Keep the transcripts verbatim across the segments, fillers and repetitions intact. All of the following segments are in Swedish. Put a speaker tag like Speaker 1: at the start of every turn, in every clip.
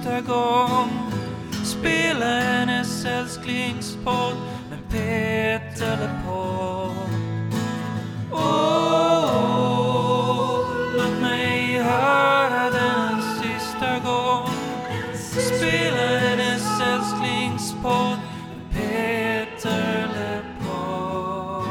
Speaker 1: sista gång. Spela hennes älsklingspodd med Peter LePold. Åh, låt mig höra den sista gång. Spela hennes älsklingspodd med Peter LePold.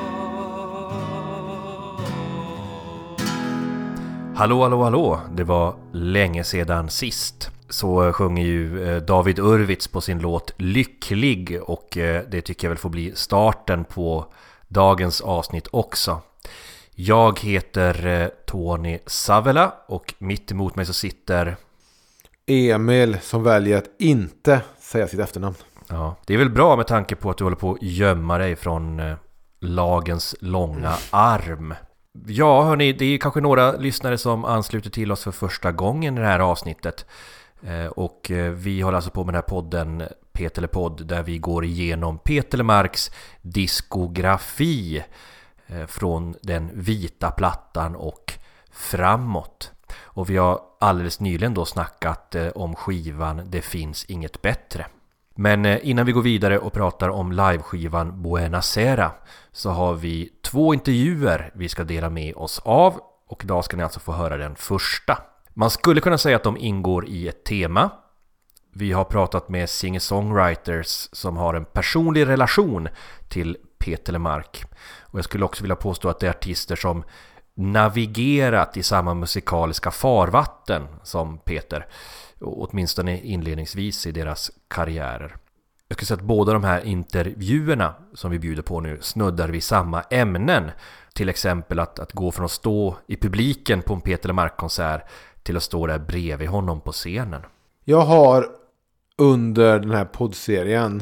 Speaker 2: Hallå, hallå, hallå. Det var länge sedan sist. Så sjunger ju David Urwitz på sin låt Lycklig, och det tycker jag väl får bli starten på dagens avsnitt också. Jag heter Tony Savela och mitt emot mig så sitter
Speaker 3: Emil som väljer att inte säga sitt efternamn.
Speaker 2: Ja, det är väl bra med tanke på att du håller på att gömma dig från eh, lagens långa arm. Ja, hörni, det är kanske några lyssnare som ansluter till oss för första gången i det här avsnittet. Eh, och eh, vi håller alltså på med den här podden Peter LePodd, där vi går igenom Peter LeMarcs diskografi eh, från den vita plattan och framåt. Och vi har alldeles nyligen då snackat eh, om skivan Det finns inget bättre. Men eh, innan vi går vidare och pratar om liveskivan Buenasera så har vi två intervjuer vi ska dela med oss av, och idag ska ni alltså få höra den första. Man skulle kunna säga att de ingår i ett tema. Vi har pratat med singer-songwriters som har en personlig relation till Peter LeMarc. Och jag skulle också vilja påstå att det är artister som navigerat i samma musikaliska farvatten som Peter, åtminstone inledningsvis i deras karriärer. Jag skulle säga att båda de här intervjuerna som vi bjuder på nu snuddar vid samma ämnen. Till exempel att, att gå från att stå i publiken på en Peter LeMarc-konsert till att stå där bredvid honom på scenen.
Speaker 3: Jag har under den här poddserien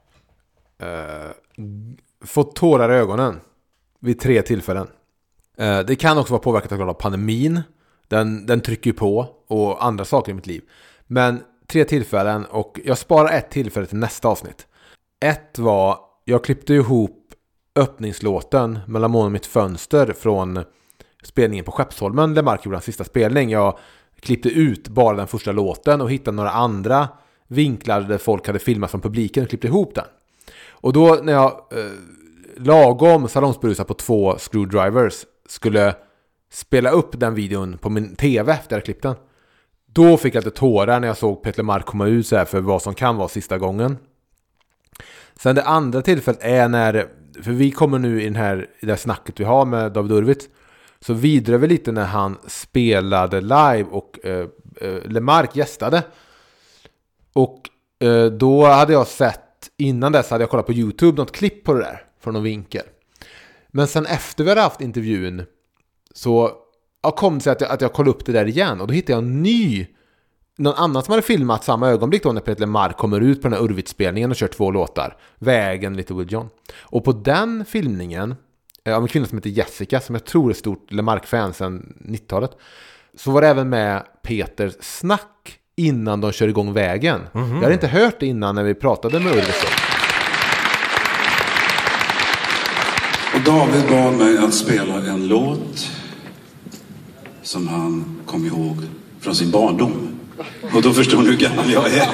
Speaker 3: eh, fått tårar i ögonen vid tre tillfällen. Eh, det kan också vara påverkat av pandemin. Den, den trycker på, och andra saker i mitt liv. Men tre tillfällen, och jag sparar ett tillfälle till nästa avsnitt. Ett var, jag klippte ihop öppningslåten Mellan månen och mitt fönster från spelningen på Skeppsholmen. LeMarc gjorde hans sista spelning. Jag klippte ut bara den första låten och hittade några andra vinklar där folk hade filmat från publiken och klippte ihop den. Och då när jag eh, lagom salongsberusad på två screwdrivers skulle spela upp den videon på min tv efter jag klippt den, då fick jag lite tårar när jag såg Peter LeMarc komma ut så här för vad som kan vara sista gången. Sen det andra tillfället är när, för vi kommer nu i den här, i det här snacket vi har med David Urwitz, så vidare vi lite när han spelade live och eh, eh, LeMarc gästade. Och eh, då hade jag sett, innan dess hade jag kollat på YouTube något klipp på det där från någon vinkel. Men sen efter vi hade haft intervjun så jag kom det sig att jag, att jag kollade upp det där igen, och då hittade jag en ny, någon annan som hade filmat samma ögonblick då när Peter LeMarc kommer ut på den här Urwitz-spelningen och kör två låtar, Vägen, Little Will John. Och på den filmningen av en kvinna som heter Jessica, som jag tror är stort LeMarc-fan sedan nittiotalet, så var det även med Peters snack innan de kör igång Vägen. Mm-hmm. Jag hade inte hört det innan när vi pratade med Urwitz.
Speaker 4: Och David bad mig att spela en låt som han kom ihåg från sin barndom. Och då förstår ni hur gammal jag är.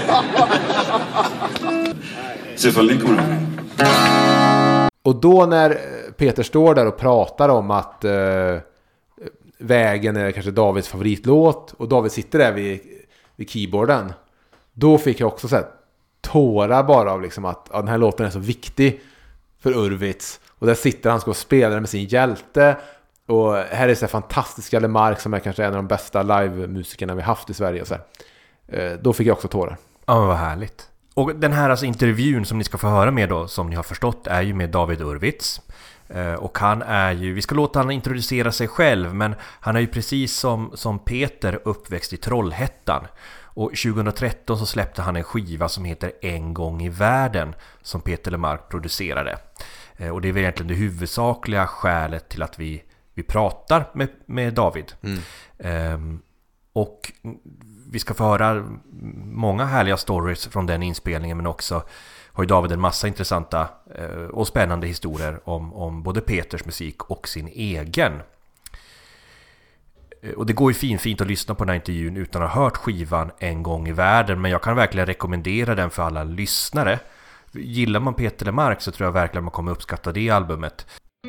Speaker 4: Se ifall ni kommer ihåg.
Speaker 3: Och då när Peter står där och pratar om att eh, Vägen är kanske Davids favoritlåt, och David sitter där vid, vid keyboarden, då fick jag också så här tårar bara av liksom att ja, den här låten är så viktig för Urwitz. Och där sitter han och spelar med sin hjälte. Och här är så här fantastiska LeMarc som är kanske en av de bästa live-musikerna vi haft i Sverige. Och så här. Eh, då fick jag också tårar.
Speaker 2: Ja, men vad härligt. Och den här alltså intervjun som ni ska få höra med då, som ni har förstått, är ju med David Urwitz. Eh, och han är ju, vi ska låta han introducera sig själv, men han är ju precis som, som Peter uppväxt i Trollhättan. Och tjugohundratretton så släppte han en skiva som heter En gång i världen, som Peter LeMarc producerade. Eh, och det är väl egentligen det huvudsakliga skälet till att vi Vi pratar med, med David. Mm. Um, och vi ska få höra många härliga stories från den inspelningen, men också har ju David en massa intressanta uh, och spännande historier om, om både Peters musik och sin egen. Och det går ju fin, fint att lyssna på den här intervjun utan att ha hört skivan en gång i världen. Men jag kan verkligen rekommendera den för alla lyssnare. Gillar man Peter Lemark så tror jag verkligen man kommer uppskatta det albumet.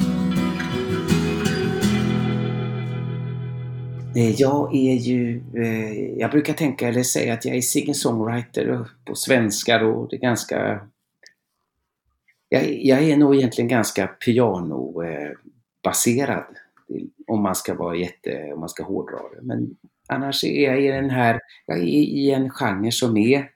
Speaker 5: Jag är ju, jag brukar tänka eller säga att jag är singer-songwriter på svenska och det är ganska, jag, jag är nog egentligen ganska pianobaserad om man ska vara jätte, om man ska hårdra det. Men annars är jag i den här, jag är i en genre som är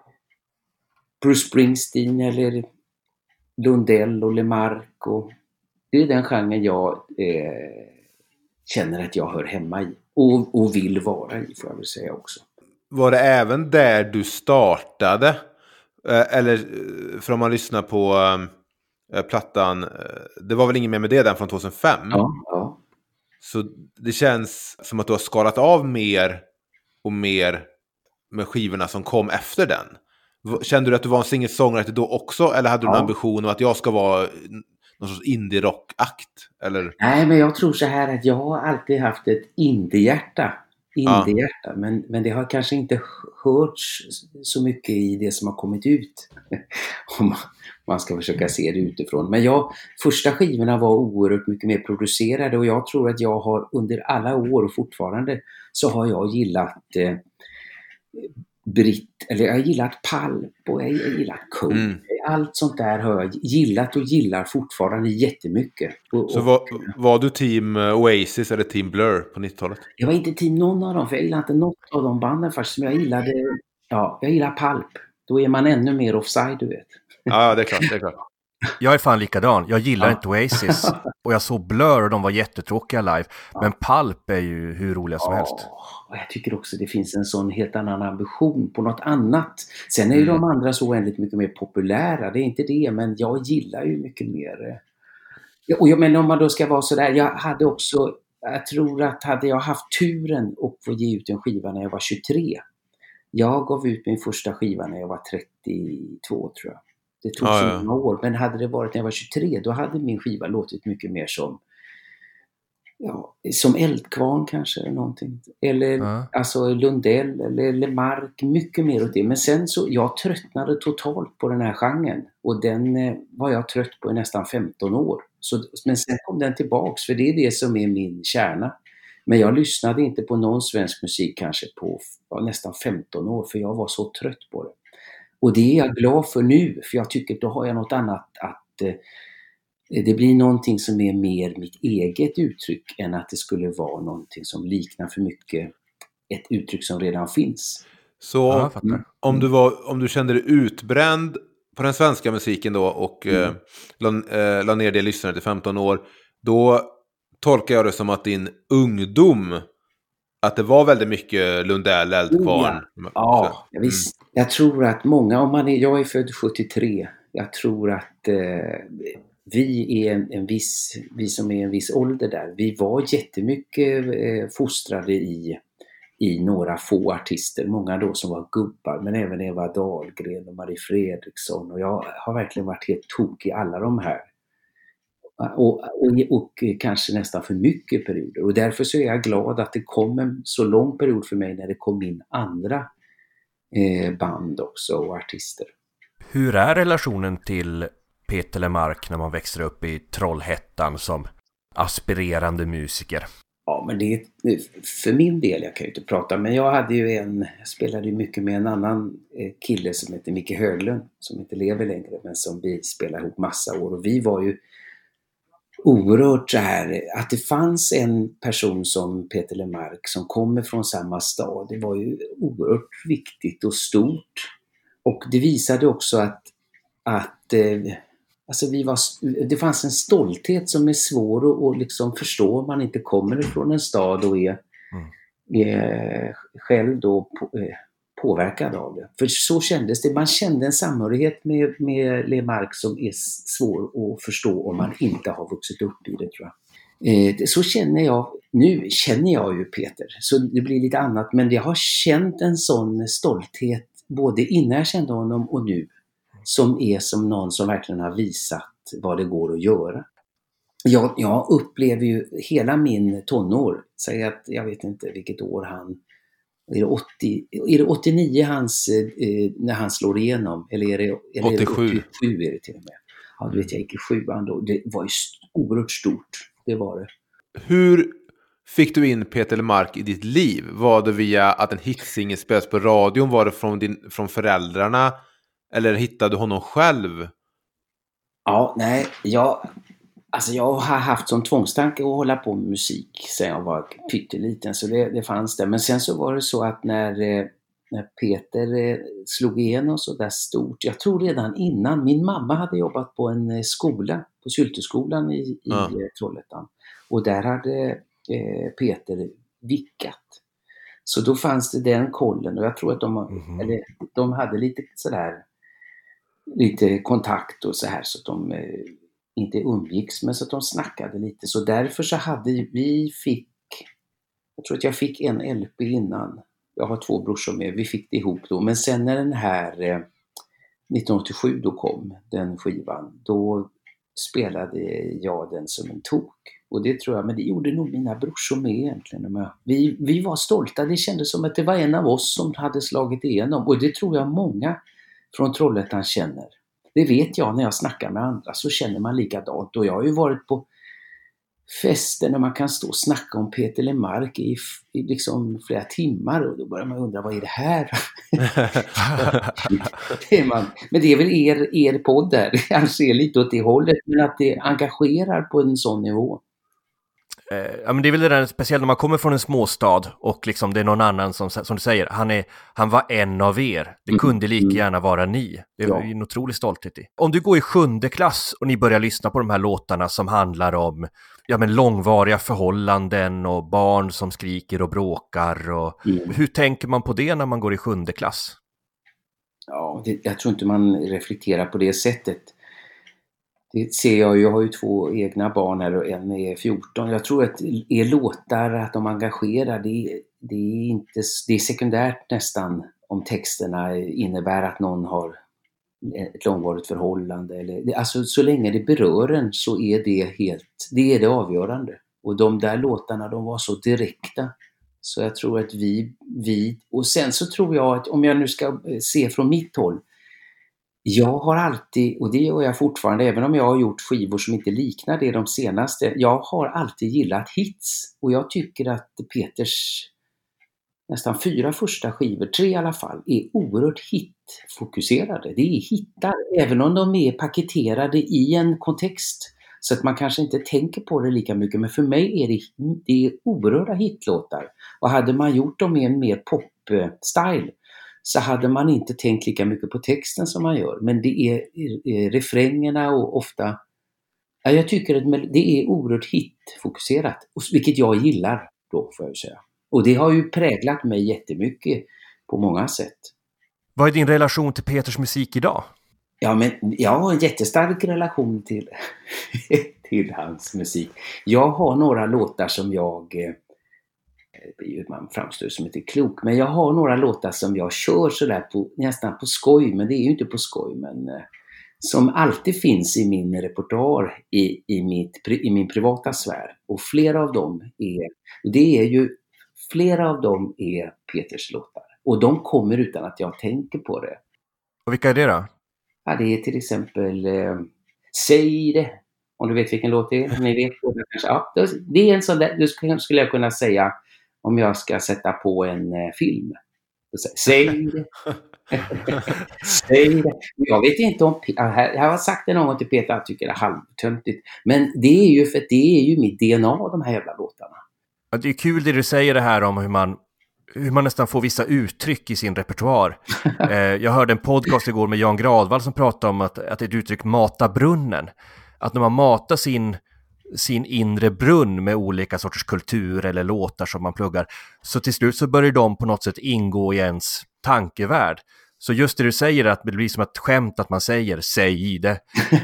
Speaker 5: Bruce Springsteen eller Lundell och Lemark och det är den genren jag eh, känner att jag hör hemma i. Och, och vill vara i, får jag väl säga också.
Speaker 3: Var det även där du startade? Eller för om man lyssnar på äh, plattan, det var väl ingen mer med det den från tjugohundrafem?
Speaker 5: Ja, ja.
Speaker 3: Så det känns som att du har skalat av mer och mer med skivorna som kom efter den. Kände du att du var en singer-songwriter då också? Eller hade du ja. en ambition om att jag ska vara någon sorts indie-rock-akt? Eller?
Speaker 5: Nej, men jag tror så här att jag har alltid haft ett indie-hjärta. Indie-hjärta. Ja. Men, men det har kanske inte hörts så mycket i det som har kommit ut. Om man ska försöka se det utifrån. Men jag, första skivorna var oerhört mycket mer producerade. Och jag tror att jag har under alla år och fortfarande så har jag gillat eh, Britt, eller jag har gillat Pulp och jag har gillat Cold. Mm. Allt sånt där har jag gillat och gillar fortfarande jättemycket. Och,
Speaker 3: så var, var du team Oasis eller team Blur på nittiotalet?
Speaker 5: Jag var inte team någon av dem, för jag gillade inte något av de banden faktiskt. Men jag gillade, ja, jag gillar Pulp. Då är man ännu mer offside, du vet.
Speaker 3: Ja, det är klart, det är klart.
Speaker 2: Jag är fan likadan. Jag gillar ja. inte Oasis. Och jag såg Blur och de var jättetråkiga live. Ja. Men Pulp är ju hur roliga som ja. helst.
Speaker 5: Och jag tycker också det finns en sån helt annan ambition på något annat. Sen är ju mm. de andra så oändligt mycket mer populära. Det är inte det, men jag gillar ju mycket mer. Och jag menar om man då ska vara sådär. Jag hade också, jag tror att hade jag haft turen att få ge ut en skiva när jag var tjugotre. Jag gav ut min första skiva när jag var trettiotvå, tror jag. Det tog så många år, men hade det varit när jag var tjugotre, då hade min skiva låtit mycket mer som ja, som Eldkvarn kanske eller någonting. Eller ja. alltså Lundell eller Lemark, mycket mer åt det. Men sen så, jag tröttnade totalt på den här genren. Och den eh, var jag trött på i nästan femton år. Så, men sen kom den tillbaks, för det är det som är min kärna. Men jag lyssnade inte på någon svensk musik kanske på ja, nästan femton år, för jag var så trött på det. Och det är jag glad för nu, för jag tycker då har jag något annat att eh, det blir någonting som är mer mitt eget uttryck än att det skulle vara någonting som liknar för mycket ett uttryck som redan finns.
Speaker 3: Så ja, om, om, du var, om du kände dig utbränd på den svenska musiken då och mm. eh, la, eh, la ner det lyssnare till femton år, då tolkar jag det som att din ungdom, att det var väldigt mycket Lundell, Eldkvarn.
Speaker 5: Oh, ja, ja mm. visst. Jag tror att många, om man är, jag är född sjuttiotre, jag tror att eh, vi är en, en viss, vi som är en viss ålder där, vi var jättemycket eh, fostrade i, i några få artister, många då som var gubbar, men även Eva Dahlgren och Marie Fredriksson, och jag har verkligen varit helt tok i alla de här. Och, och, och kanske nästan för mycket perioder. Och därför så är jag glad att det kom en så lång period för mig när det kom in andra eh, band också och artister.
Speaker 2: Hur är relationen till Peter Lemark när man växer upp i Trollhättan som aspirerande musiker?
Speaker 5: Ja, men det är för min del, jag kan ju inte prata, men jag hade ju en, jag spelade ju mycket med en annan kille som heter Micke Höglund, som inte lever längre, men som vi spelade ihop massa år. Och vi var ju oerhört så här, att det fanns en person som Peter Lemark som kommer från samma stad, det var ju oerhört viktigt och stort. Och det visade också att, att eh, alltså vi var, det fanns en stolthet som är svår att, att liksom förstå om man inte kommer från en stad och är, mm. är själv då på, eh, påverkad av det. För så kändes det. Man kände en samhörighet med, med Lemark som är svår att förstå om man inte har vuxit upp i det, tror jag. Eh, så känner jag, nu känner jag ju Peter, så det blir lite annat, men jag har känt en sån stolthet både innan jag kände honom och nu, som är som någon som verkligen har visat vad det går att göra. jag, jag upplever ju hela min tonår, säg att jag vet inte vilket år han, är det, åttio, är det åttionio hans, eh, när han slår igenom, eller är det, eller
Speaker 3: åttiosju.
Speaker 5: Är det åttiosju är det till och med. Ja, du vet, jag gick i sjuan då. Det var ju oerhört stort, det var det.
Speaker 3: Hur fick du in Peter Lemark i ditt liv? Var det via att en hitsingel spelas på radion? Var det från, din, från föräldrarna? Eller hittade du honom själv?
Speaker 5: Ja, nej, jag, alltså jag har haft som tvångstanke att hålla på med musik sedan jag var pytteliten, så det, det fanns det. Men sen så var det så att när, när Peter slog igenom så där stort, jag tror redan innan, min mamma hade jobbat på en skola, på Sylteskolan i, i ja. Trollhättan. Och där hade eh, Peter vickat. Så då fanns det den kollen, och jag tror att de, mm-hmm. eller, de hade lite sådär, lite kontakt och så här, så att de eh, inte umgicks, men så att de snackade lite. Så därför så hade vi fick, jag tror att jag fick en L P innan. Jag har två brorsor med, vi fick det ihop då. Men sen när den här eh, nittonhundraåttiosju då kom, den skivan, då spelade jag den som en tok. Och det tror jag, men det gjorde nog mina brorsor med egentligen. Vi, vi var stolta, det kändes som att det var en av oss som hade slagit igenom. Och det tror jag många från Trollhättan känner. Det vet jag när jag snackar med andra, så känner man likadant. Och jag har ju varit på fester när man kan stå och snacka om Peter Lemark i, i liksom flera timmar, och då börjar man undra, vad är det här? det är man, men det är väl er, er podd där, kanske är lite åt det hållet, men att det engagerar på en sån nivå.
Speaker 2: Ja, men det är väl det där speciellt när man kommer från en småstad och liksom det är någon annan som, som du säger, han, är, han var en av er. Det kunde lika gärna vara ni. Det är ja. en otrolig stolthet i. Om du går i sjunde klass och ni börjar lyssna på de här låtarna som handlar om ja, men långvariga förhållanden och barn som skriker och bråkar. Och, mm. hur tänker man på det när man går i sjunde klass?
Speaker 5: Ja, det, jag tror inte man reflekterar på det sättet. Det ser jag ju, jag har ju två egna barn här och en är fjorton. Jag tror att er låtar, att de engagerar, det, det, är inte, det är sekundärt nästan om texterna innebär att någon har ett långvarigt förhållande. Eller, alltså så länge det berör en så är det helt, det är det avgörande. Och de där låtarna, de var så direkta. Så jag tror att vi, vi, och sen så tror jag att om jag nu ska se från mitt håll, jag har alltid, och det gör jag fortfarande, även om jag har gjort skivor som inte liknar det de senaste, jag har alltid gillat hits. Och jag tycker att Peters nästan fyra första skivor, tre i alla fall, är oerhört hitfokuserade. Det är hittar, även om de är paketerade i en kontext. Så att man kanske inte tänker på det lika mycket, men för mig är det, det är oerhörda hitlåtar. Och hade man gjort dem i en mer pop-style, så hade man inte tänkt lika mycket på texten som man gör. Men det är, är refrängerna och ofta... Ja, jag tycker att det är oerhört hitfokuserat. Vilket jag gillar då, får jag säga. Och det har ju präglat mig jättemycket på många sätt.
Speaker 2: Vad är din relation till Peters musik idag?
Speaker 5: Ja, men jag har en jättestark relation till, till hans musik. Jag har några låtar som jag... Man framstår som inte klok, men jag har några låtar som jag kör sådär på, nästan på skoj, men det är ju inte på skoj, men eh, som alltid finns i min repertoar i, i, mitt, i min privata sfär. Och flera av dem är, och det är ju, flera av dem är Peters låtar. Och de kommer utan att jag tänker på det.
Speaker 2: Och vilka är det då?
Speaker 5: Ja, det är till exempel eh, Säg det, om du vet vilken låt det är. Ni vet kanske. Ja, det är en sån där, det skulle jag kunna säga om jag ska sätta på en eh, film. Säg det. Säg det. Jag vet inte om... Jag har sagt det någon gång till Peter, jag tycker det är halvtöntigt. Men det är ju för att det är ju mitt D N A, de här jävla låtarna.
Speaker 2: Ja, det är kul det du säger det här om hur man, hur man nästan får vissa uttryck i sin repertoar. eh, jag hörde en podcast igår med Jan Gradvall som pratade om att, att ett uttryck mata brunnen. Att när man matar sin... sin inre brunn med olika sorters kultur eller låtar som man pluggar, så till slut så börjar de på något sätt ingå i ens tankevärld. Så just det du säger, att det blir som ett skämt att man säger säg det.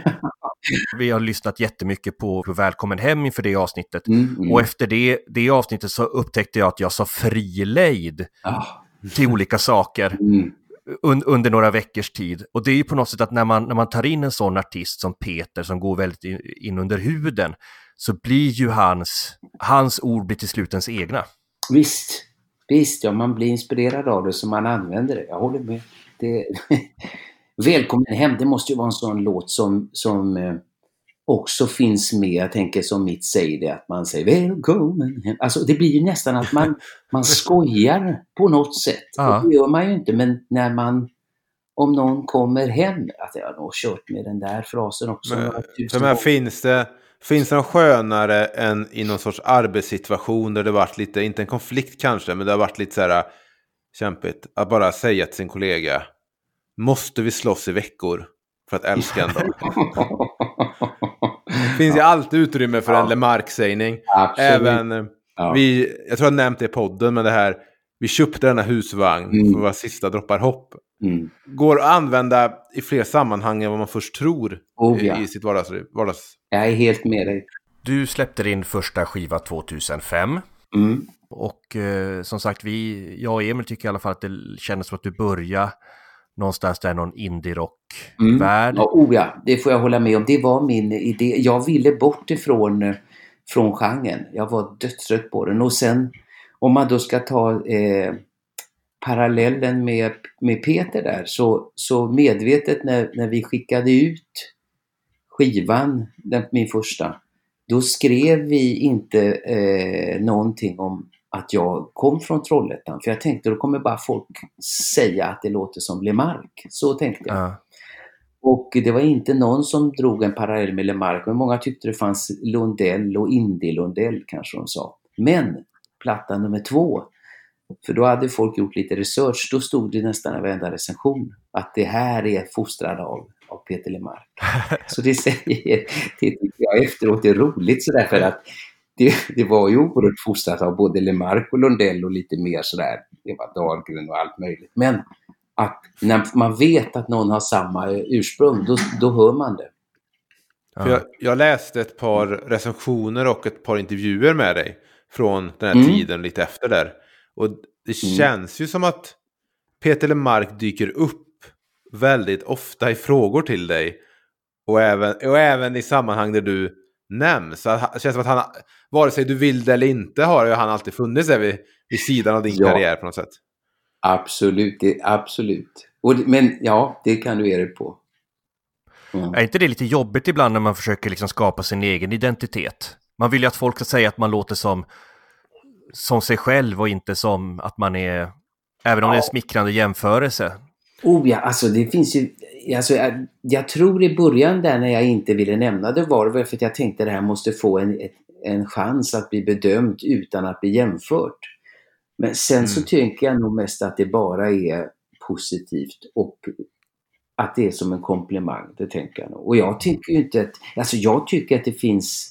Speaker 2: Vi har lyssnat jättemycket på Välkommen hem inför det avsnittet. Mm, mm. Och efter det, det avsnittet så upptäckte jag att jag sa frilejd ah. till olika saker. Mm. under några veckors tid. Och det är ju på något sätt att när man, när man tar in en sån artist som Peter som går väldigt in, in under huden, så blir ju hans, hans ord blir till slut ens egna.
Speaker 5: Visst, visst, ja, man blir inspirerad av det så man använder det. Jag håller med. Det... Välkommen hem, det måste ju vara en sån låt som, som eh, också finns med. Jag tänker som mitt säger det, att man säger välkommen hem. Alltså det blir ju nästan att man, man skojar på något sätt.
Speaker 2: Ja.
Speaker 5: Och det gör man ju inte, men när man, om någon kommer hem, att jag har nog kört med den där frasen också.
Speaker 3: Men, för men finns det finns det något skönare än i någon sorts arbetssituation där det varit lite, inte en konflikt kanske, men det har varit lite så här kämpigt att bara säga till sin kollega: måste vi slåss i veckor för att älska en dag? Det finns ju alltid utrymme för ja. en Lemark-sägning. Även ja. vi, jag tror jag nämnt det i podden, men det här, vi köpte denna husvagn mm. för våra sista droppar hopp. Mm. Går att använda i fler sammanhang än vad man först tror oh, ja. i sitt vardags, vardags...
Speaker 5: Jag är helt med dig.
Speaker 2: Du släppte din första skiva tjugohundrafem.
Speaker 5: Mm.
Speaker 2: Och eh, som sagt, vi, jag och Emil tycker i alla fall att det kändes som att du började någonstans där, någon indie-rock-värld.
Speaker 5: Mm. Ja, oh ja, det får jag hålla med om. Det var min idé. Jag ville bort ifrån från genren. Jag var dödstrött på den. Och sen, om man då ska ta eh, parallellen med, med Peter där, så, så medvetet när, när vi skickade ut skivan, den, min första, då skrev vi inte eh, någonting om att jag kom från Trollhättan. För jag tänkte, då kommer bara folk säga att det låter som Lemark. Så tänkte jag.
Speaker 2: Uh.
Speaker 5: Och det var inte någon som drog en parallell med Lemark. Men många tyckte det fanns Lundell och Indie Lundell, kanske de sa. Men platta nummer två, för då hade folk gjort lite research. Då stod det nästan i varenda recension att det här är fostrad av, av Peter Lemark. Så det säger, det tycker jag efteråt är roligt sådär, för att Det, det var ju oerhört fostrat av både Lemark och Lundell och lite mer sådär. Det var Dahlgren och allt möjligt. Men att när man vet att någon har samma ursprung, då, då hör man det.
Speaker 3: För jag, jag läste ett par recensioner och ett par intervjuer med dig från den här mm. tiden lite efter där. Och det mm. känns ju som att Peter Lemark dyker upp väldigt ofta i frågor till dig. Och även, och även i sammanhang där du nämns. Så det känns som att han, vare sig du vill det eller inte, har ju han alltid funnits där vid, vid sidan av din ja. karriär på något sätt.
Speaker 5: Absolut, det, absolut. Och, men ja, det kan du ge dig på.
Speaker 2: Mm. Är inte det lite jobbigt ibland när man försöker liksom skapa sin egen identitet? Man vill ju att folk ska säga att man låter som, som sig själv och inte som att man är, även om ja. det är en smickrande jämförelse.
Speaker 5: Oh ja, alltså det finns ju, alltså jag, jag tror i början där när jag inte ville nämna det, var det för att jag tänkte att det här måste få en, ett, en chans att bli bedömt utan att bli jämfört. Men sen mm. så tänker jag nog mest att det bara är positivt och att det är som en komplimang, det tänker jag nog. Och jag tycker ju inte att, alltså jag tycker att det finns,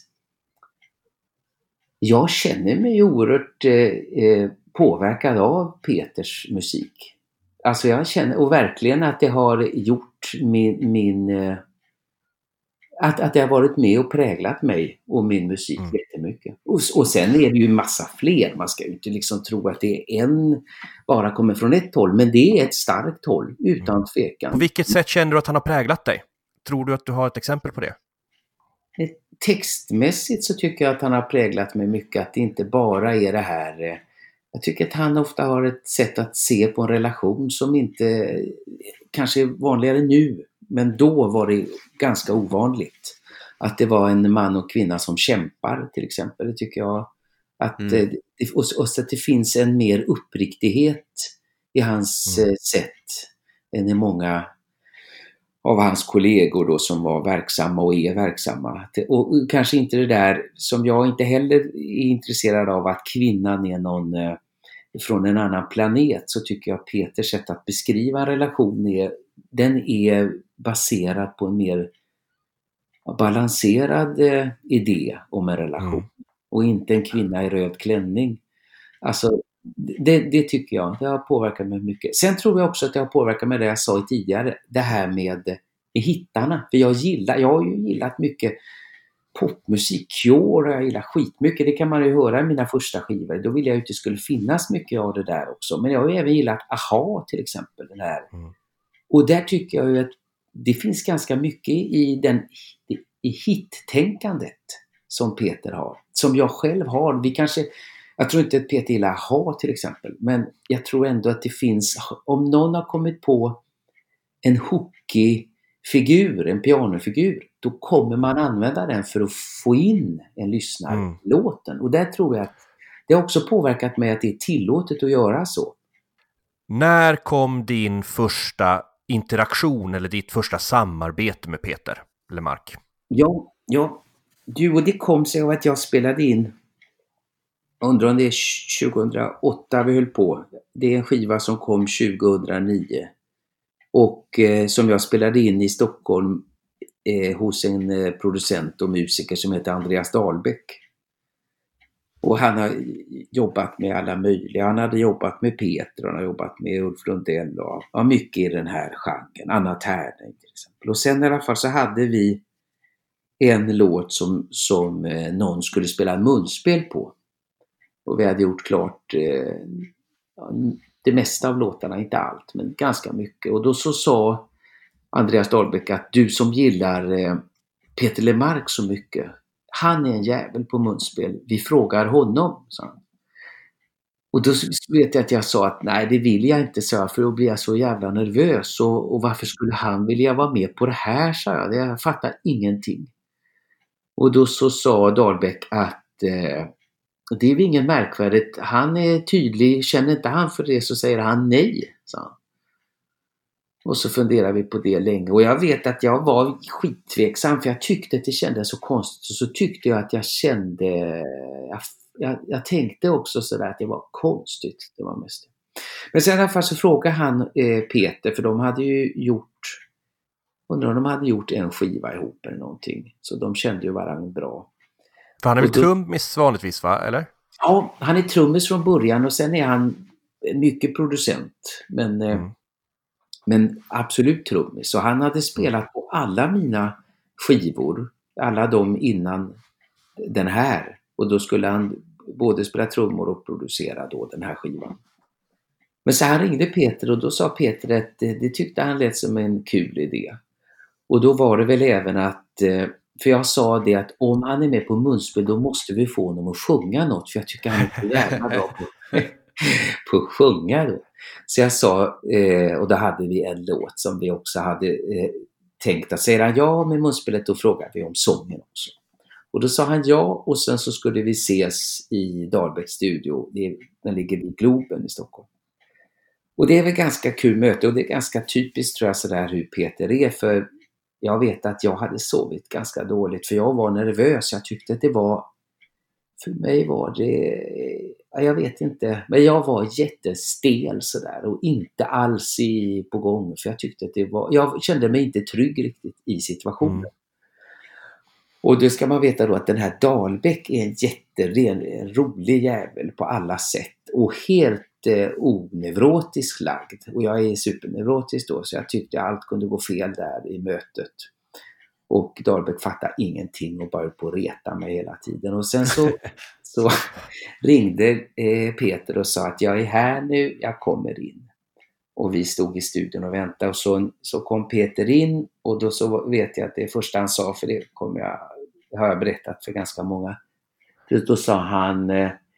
Speaker 5: jag känner mig oerhört eh, påverkad av Peters musik. Alltså jag känner, och verkligen att det har gjort min, min eh, att, att det har varit med och präglat mig och min musik mm. jättemycket. Och, och sen är det ju massa fler, man ska ju inte liksom tro att det är en, bara kommer från ett håll, men det är ett starkt håll, utan mm. tvekan.
Speaker 2: På vilket sätt känner du att han har präglat dig? Tror du att du har ett exempel på det?
Speaker 5: Textmässigt så tycker jag att han har präglat mig mycket, att det inte bara är det här, eh, jag tycker att han ofta har ett sätt att se på en relation som inte kanske är vanligare nu, men då var det ganska ovanligt. Att det var en man och kvinna som kämpar till exempel, det tycker jag. Att, mm. och, och så att det finns en mer uppriktighet i hans mm. sätt än i många av hans kollegor då som var verksamma och är verksamma. Och kanske inte det där som jag inte heller är intresserad av, att kvinnan är någon från en annan planet, så tycker jag Peters sätt att beskriva en relation är, den är baserad på en mer balanserad eh, idé om en relation. Mm. Och inte en kvinna i röd klänning. Alltså det, det tycker jag, det har påverkat mig mycket. Sen tror jag också att det har påverkat mig det jag sa tidigare, det här med, med hittarna. För jag gillar, jag har ju gillat mycket popmusik, Cure, jag gillar skitmycket. Det kan man ju höra i mina första skivor. Då vill jag ju att det skulle finnas mycket av det där också. Men jag har ju även gillat Aha till exempel. Den här. Mm. Och där tycker jag ju att det finns ganska mycket i, den, i hit-tänkandet som Peter har. Som jag själv har. Vi kanske, jag tror inte att Peter gillar ha till exempel. Men jag tror ändå att det finns, om någon har kommit på en hockeyfigur, en pianofigur, då kommer man använda den för att få in en lyssnarlåten. Och där tror jag att det har också påverkat mig att det är tillåtet att göra så.
Speaker 2: När kom din första interaktion eller ditt första samarbete med Peter Lemark?
Speaker 5: Ja, ja. Du, och det kom sig av att jag spelade in, undrar om det är tjugohundraåtta vi höll på. Det är en skiva som kom tjugohundranio. Och eh, som jag spelade in i Stockholm eh, hos en eh, producent och musiker som heter Andreas Dahlbäck. Och han har jobbat med alla möjliga. Han hade jobbat med Peter, han har jobbat med Ulf Lundell och ja, mycket i den här genren. Anna Tärning till exempel. Och sen i alla fall så hade vi en låt som, som eh, någon skulle spela munspel på. Och vi hade gjort klart eh, det mesta av låtarna, inte allt, men ganska mycket. Och då så sa Andreas Dahlbäck att du som gillar eh, Peter Lemark så mycket, han är en jävel på munspel. Vi frågar honom, sa han. Och då vet jag att jag sa att nej, det vill jag inte, så för då blir jag så jävla nervös. Och, och varför skulle han vilja vara med på det här, sa jag. Jag fattar ingenting. Och då så sa Dahlbäck att eh, det är väl ingen märkvärdigt. Han är tydlig, känner inte han för det så säger han nej, sa han. Och så funderar vi på det länge. Och jag vet att jag var skittveksam för jag tyckte att det kändes så konstigt. Och så tyckte jag att jag kände, jag, jag, jag tänkte också sådär att det var konstigt. Det var mest. Men sen i alla fall så frågade han eh, Peter, för de hade ju gjort, undrar om de hade gjort en skiva ihop eller någonting. Så de kände ju varandra bra.
Speaker 2: För han är väl
Speaker 5: då,
Speaker 2: trummis vanligtvis, va? Eller?
Speaker 5: Ja, han är trummis från början och sen är han mycket producent. Men, mm. men absolut trummis. Så han hade spelat på alla mina skivor. Alla de innan den här. Och då skulle han både spela trummor och producera då den här skivan. Men så han ringde Peter och då sa Peter att det, det tyckte han lät som en kul idé. Och då var det väl även att, för jag sa det att om han är med på munspel då måste vi få honom att sjunga något. För jag tycker han är så jävla bra på, på att sjunga då. Så jag sa, och då hade vi en låt som vi också hade tänkt att säga ja med munspelet, då frågade vi om sången också. Och då sa han ja och sen så skulle vi ses i Dahlbäcks studio. Den ligger vid Globen i Stockholm. Och det är väl ganska kul möte och det är ganska typiskt tror jag sådär hur Peter är, för jag vet att jag hade sovit ganska dåligt för jag var nervös. Jag tyckte att det var, för mig var det, jag vet inte, men jag var jättestel sådär och inte alls i, på gång för jag tyckte att det var, jag kände mig inte trygg riktigt i situationen. Mm. Och det ska man veta då att den här Dahlbäck är en jätterolig rolig jävel på alla sätt och helt eh, oneurotisk lagd. Och jag är superneurotisk då så jag tyckte allt kunde gå fel där i mötet. Och Dahlbäck fattade ingenting och bara på att reta mig hela tiden. Och sen så, så ringde eh, Peter och sa att jag är här nu, jag kommer in. Och vi stod i studion och väntade och så, så kom Peter in och då så vet jag att det första han sa, för det kommer jag, det har jag berättat för ganska många. Då sa han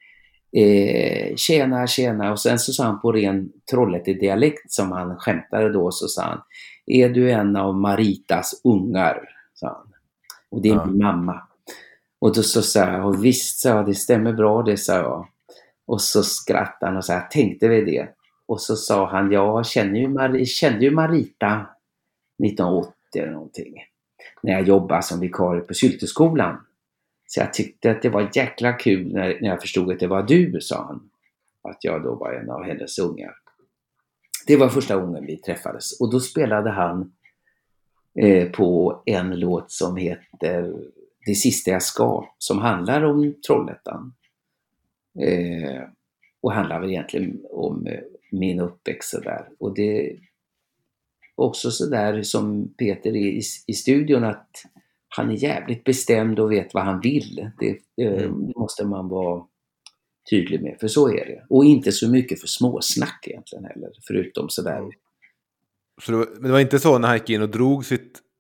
Speaker 5: eh, tjena, tjena och sen så sa han på ren Trollhätte-dialekt som han skämtade då, så sa han, är du en av Maritas ungar? Sa han. Och det är ja. Min mamma. Och då så sa jag, och visst sa jag, det stämmer bra det sa jag. Och så skrattade han och sa, tänkte vi det? Och så sa han, jag känner ju, Mar- kände ju Marita nittonhundraåttio eller någonting. När jag jobbade som vikarie på Sylteskolan. Så jag tyckte att det var jäkla kul när, när jag förstod att det var du, sa han. Att jag då var en av hennes ungar. Det var första gången vi träffades. Och då spelade han eh, på en låt som heter Det sista jag ska. Som handlar om Trollhättan. Eh, och handlar väl egentligen om eh, min uppväxt så där. Och det är också så där som Peter är i, i studion, att han är jävligt bestämd och vet vad han vill. Det, det mm. måste man vara tydlig med, för så är det. Och inte så mycket för småsnack egentligen heller, förutom sådär.
Speaker 3: Så det var, men det var inte så när han gick in och drog sitt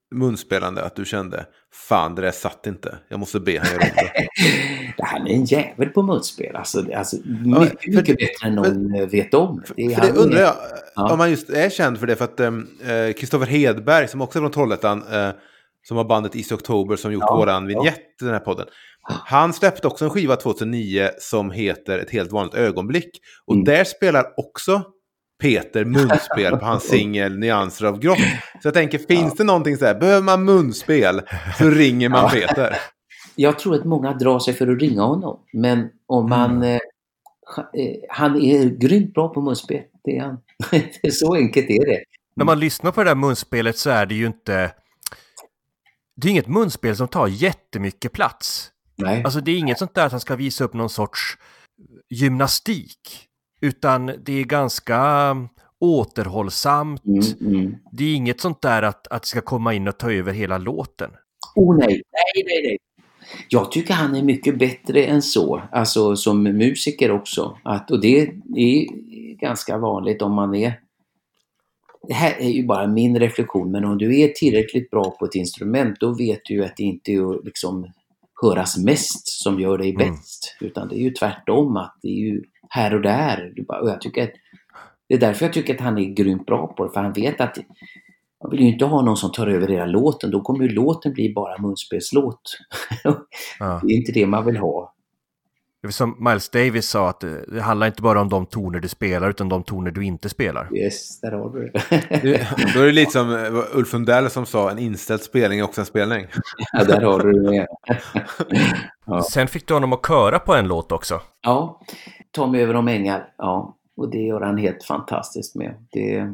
Speaker 3: munspelande att du kände, fan det där satt inte, jag måste be han göra om det?
Speaker 5: Han är en jävel på munspel. Alltså, alltså
Speaker 3: Ja,
Speaker 5: mycket,
Speaker 3: för
Speaker 5: mycket
Speaker 3: det-
Speaker 5: bättre än någon
Speaker 3: för-
Speaker 5: vet om.
Speaker 3: För,
Speaker 5: är
Speaker 3: för det
Speaker 5: han
Speaker 3: undrar
Speaker 5: är-
Speaker 3: jag,
Speaker 5: Ja.
Speaker 3: om man just är känd för det, för att Kristoffer Hedberg, som också är från Trollhättan, eh, som har bandet East October, som gjort
Speaker 5: Ja,
Speaker 3: våran
Speaker 5: ja.
Speaker 3: vignett i den här podden. Han släppte också en skiva tjugohundranio som heter Ett helt vanligt ögonblick. Och
Speaker 5: Mm.
Speaker 3: där spelar också Peter munspel på hans singel Nyanser av grått. Så jag tänker, finns det någonting så här, behöver man munspel så ringer man Peter.
Speaker 5: Jag tror att många drar sig för att ringa honom. Men om man...
Speaker 3: Mm.
Speaker 5: Eh, eh, han är grymt bra på munspel. Det är han. Så enkelt är det.
Speaker 2: När man lyssnar på det där munspelet så är det ju inte... Det är inget munspel som tar jättemycket plats.
Speaker 5: Nej.
Speaker 2: Alltså det är inget sånt där att han ska visa upp någon sorts gymnastik. Utan det är ganska återhållsamt.
Speaker 5: Mm, mm.
Speaker 2: Det är inget sånt där att, att det ska komma in och ta över hela låten.
Speaker 5: Oh nej, nej, nej, nej. Jag tycker han är mycket bättre än så. Alltså som musiker också. Att, och det är ganska vanligt om man är... Det här är ju bara min reflektion, men om du är tillräckligt bra på ett instrument, då vet du ju att det inte är liksom höras mest som gör dig
Speaker 2: Mm.
Speaker 5: bäst. Utan det är ju tvärtom, att det är ju här och där. Du bara, och jag tycker att, det är därför jag tycker att han är grymt bra på det, för han vet att man vill ju inte ha någon som tar över hela låten. Då kommer ju låten bli bara munspelslåt.
Speaker 2: Ja.
Speaker 5: Det är inte det man vill ha.
Speaker 2: Det är som Miles Davis sa, att det, det handlar inte bara om de toner du spelar utan de toner du inte spelar.
Speaker 5: Yes, där har du det.
Speaker 3: Det- Då är det lite som eh, Ulf Lundell som sa, en inställd spelning är också en spelning.
Speaker 5: Ja, där har du det med. Ja.
Speaker 2: Sen fick du honom att köra på en låt också.
Speaker 5: Ja, Ta mig över de ängar. Ja, och det gör han helt fantastiskt med. Det...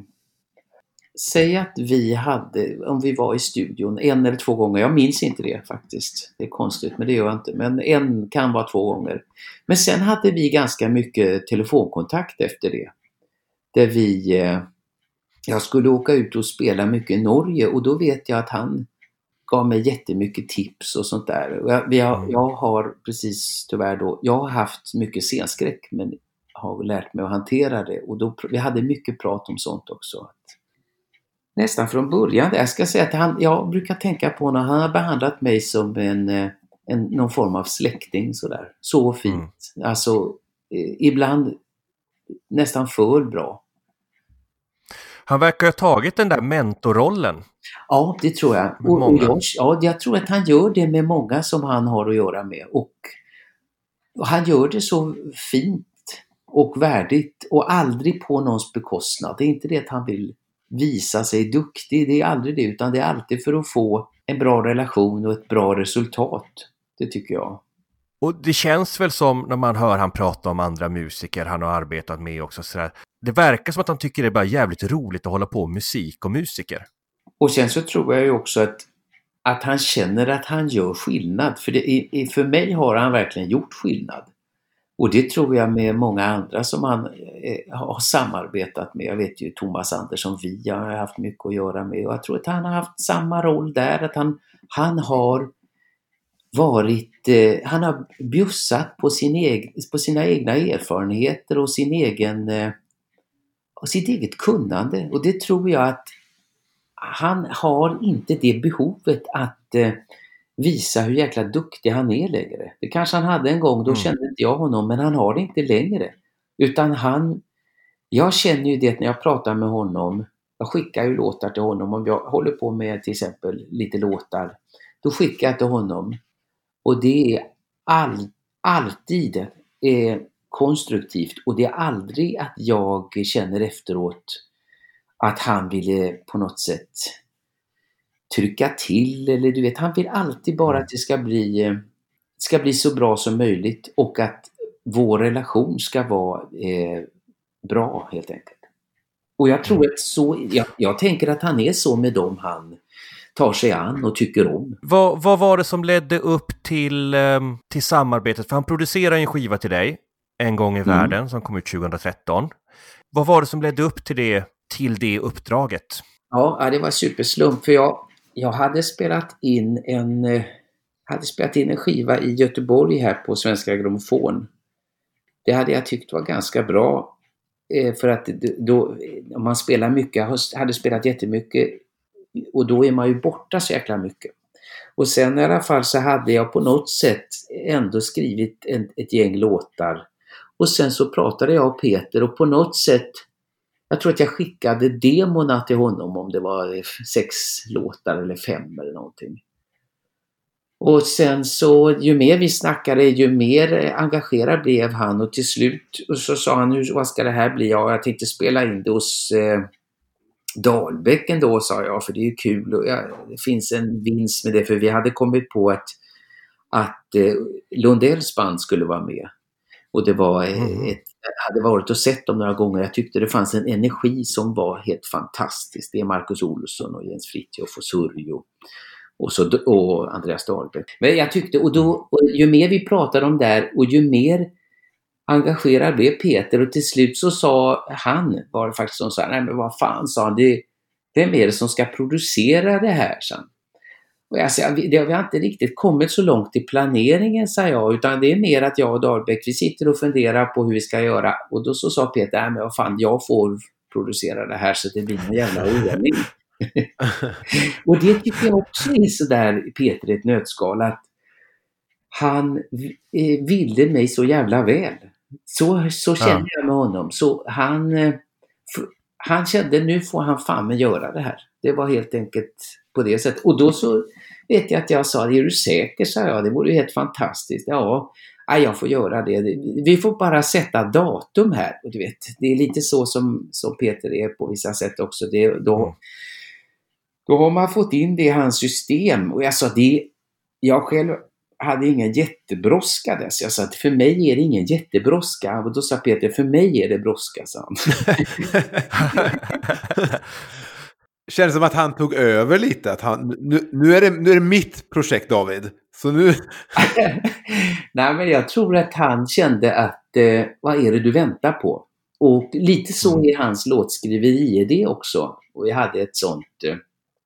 Speaker 5: Säg att vi hade, om vi var i studion en eller två gånger, jag minns inte det faktiskt. Det är konstigt, men det gör jag inte. Men en kan vara två gånger. Men sen hade vi ganska mycket telefonkontakt efter det. Där vi, eh, jag skulle åka ut och spela mycket i Norge, och då vet jag att han gav mig jättemycket tips och sånt där. Och jag, vi har, jag har precis tyvärr då, jag har haft mycket scenskräck, men har lärt mig att hantera det. Och då, vi hade mycket prat om sånt också. Nästan från början, jag ska säga att han, jag brukar tänka på när han har behandlat mig som en, en någon form av släkting sådär. Så fint. Mm. Alltså, eh, ibland nästan för bra.
Speaker 2: Han verkar ha tagit den där mentorrollen.
Speaker 5: Ja, det tror jag. Och, och jag, ja, jag tror att han gör det med många som han har att göra med. Och, och han gör det så fint och värdigt och aldrig på någons bekostnad. Det är inte det att han vill visa sig duktig, det är aldrig det, utan det är alltid för att få en bra relation och ett bra resultat. Det tycker jag.
Speaker 2: Och det känns väl som när man hör han prata om andra musiker han har arbetat med också sådär. Det verkar som att han tycker det är bara jävligt roligt att hålla på med musik och musiker.
Speaker 5: Och sen så tror jag ju också att, att han känner att han gör skillnad. För, det, för mig har han verkligen gjort skillnad. Och det tror jag med många andra som han eh, har samarbetat med. Jag vet ju Thomas Andersson, vi har haft mycket att göra med. Och jag tror att han har haft samma roll där. Att han, han har varit, eh, han har bjussat på, sin eg, på sina egna erfarenheter och sin egen, eh, och sitt eget kunnande. Och det tror jag att han har inte det behovet att eh, visa hur jäkla duktig han är längre. Det kanske han hade en gång, då mm. kände inte jag honom, men han har det inte längre. Utan han, jag känner ju det när jag pratar med honom, jag skickar ju låtar till honom, om jag håller på med till exempel lite låtar, då skickar jag till honom. Och det är all, alltid eh, konstruktivt, och det är aldrig att jag känner efteråt att han ville på något sätt trycka till, eller du vet, han vill alltid bara att det ska bli, ska bli så bra som möjligt, och att vår relation ska vara eh, bra helt enkelt. Och jag tror att så, jag, jag tänker att han är så med dem han tar sig an och tycker om.
Speaker 2: Vad, vad var det som ledde upp till, um, till samarbetet? För han producerade en skiva till dig en gång i mm. världen som kom ut tjugohundratretton. Vad var det som ledde upp till det, till det uppdraget?
Speaker 5: Ja, det var superslump, för jag Jag hade spelat in en hade spelat in en skiva i Göteborg här på Svenska Grammofon. Det hade jag tyckt var ganska bra, för att då, om man spelar mycket, jag hade spelat jättemycket och då är man ju borta så jäkla mycket. Och sen i alla fall så hade jag på något sätt ändå skrivit en, ett gäng låtar. Och sen så pratade jag och Peter och på något sätt, jag tror att jag skickade demorna till honom om det var sex låtar eller fem eller någonting. Och sen så ju mer vi snackade, ju mer engagerad blev han och till slut och så sa han, hur, vad ska det här bli? Ja, jag tänkte spela in det hos eh, Dahlbäcken då, sa jag, för det är ju kul och ja, det finns en vinst med det, för vi hade kommit på att, att eh, Lundells band skulle vara med. Och det var eh,
Speaker 2: Mm.
Speaker 5: ett, jag hade varit och sett dem några gånger. Jag tyckte det fanns en energi som var helt fantastisk. Det är Marcus Olsson och Jens Fritiof och Surjo och, så, och Andreas Dahlbäck. Men jag tyckte, och, då, och ju mer vi pratade om där och ju mer engagerad blev Peter och till slut så sa han, var det faktiskt som sa, nej men vad fan, sa han, det, vem är det som ska producera det här sen? Och jag sa, det har vi inte riktigt kommit så långt i planeringen, sa jag, utan det är mer att jag och Dahlbäck, vi sitter och funderar på hur vi ska göra. Och då så sa Peter, nej men vad fan, jag får producera det här så det blir en jävla oordning. Och det tycker jag också är sådär Peter i ett nötskal, att han eh, ville mig så jävla väl. Så, så kände ja. jag med honom. Så han, eh, f- han kände, nu får han fan med göra det här. Det var helt enkelt på det sättet. Och då så vet jag att jag sa, är du säker? Sa jag, det vore ju helt fantastiskt. Ja, jag får göra det. Vi får bara sätta datum här. Och du vet, det är lite så som, som Peter är på vissa sätt också. Det, då, då har man fått in det i hans system. Och jag sa, det, jag själv hade ingen jättebrådska där. Så jag sa att för mig är det ingen jättebrådska. Och då sa Peter, för mig är det brådska, sa han.
Speaker 3: Känns som att han tog över lite. Att han, nu, nu, är det, nu är det mitt projekt, David. Så nu...
Speaker 5: Nej, men jag tror att han kände att eh, vad är det du väntar på? Och lite så är hans låtskriveri det också. Och jag hade ett sånt... Eh,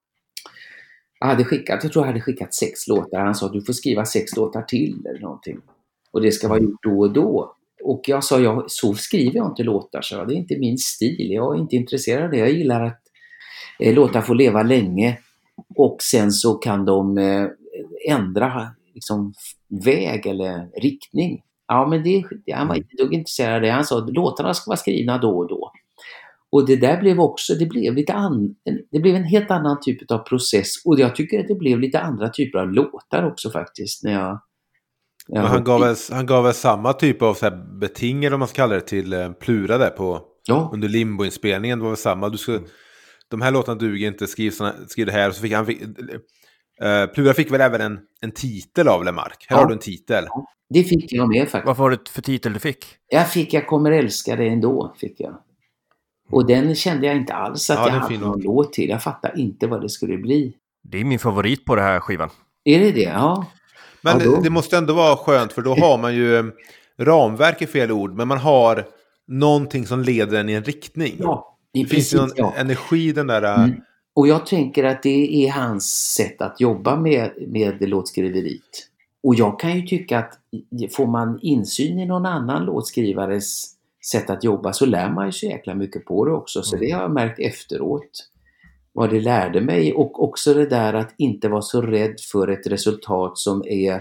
Speaker 5: jag hade skickat, jag tror jag hade skickat sex låtar. Han sa, du får skriva sex låtar till eller någonting. Och det ska vara gjort då och då. Och jag sa, jag, så skriver jag inte låtar. Så det är inte min stil. Jag är inte intresserad av det. Jag gillar att eh, låtar får leva länge. Och sen så kan de eh, ändra liksom, väg eller riktning. Ja, men det, han var inte dugg intresserad av det. Han sa, låtarna ska vara skrivna då och då. Och det där blev också, det blev lite an, det blev en helt annan typ av process. Och jag tycker att det blev lite andra typer av låtar också faktiskt. När jag, när jag
Speaker 3: Men han, gav väl, han gav väl samma typ av så här beting, om man ska kalla det, till eh, Plura där på,
Speaker 5: ja.
Speaker 3: under Limbo-inspelningen. Det var väl samma. Du skulle, de här låtarna duger inte, skriv, såna, skriv det här. Och så fick han, fick, eh, Plura fick väl även en, en titel av Lemark. Här
Speaker 5: ja.
Speaker 3: har du en titel.
Speaker 5: Ja. Det fick jag med faktiskt.
Speaker 2: Vad var det för titel du fick?
Speaker 5: Jag fick Jag kommer älska dig ändå, fick jag. Och den kände jag inte alls att
Speaker 3: ja,
Speaker 5: jag hade någon låt till. Jag fattar inte vad det skulle bli.
Speaker 2: Det är min favorit på den här skivan.
Speaker 5: Är det det? Ja.
Speaker 3: Men
Speaker 5: ja,
Speaker 3: det måste ändå vara skönt, för då har man ju ramverk i fel ord, men man har någonting som leder en i en riktning.
Speaker 5: Ja, i
Speaker 3: det finns ju någon
Speaker 5: ja.
Speaker 3: energi den där...
Speaker 5: Mm. Och jag tänker att det är hans sätt att jobba med, med låtskriveriet. Och jag kan ju tycka att får man insyn i någon annan låtskrivares sätt att jobba så lär man ju så jäkla mycket på det också. Så det har jag märkt efteråt. Vad det lärde mig. Och också det där att inte vara så rädd för ett resultat som är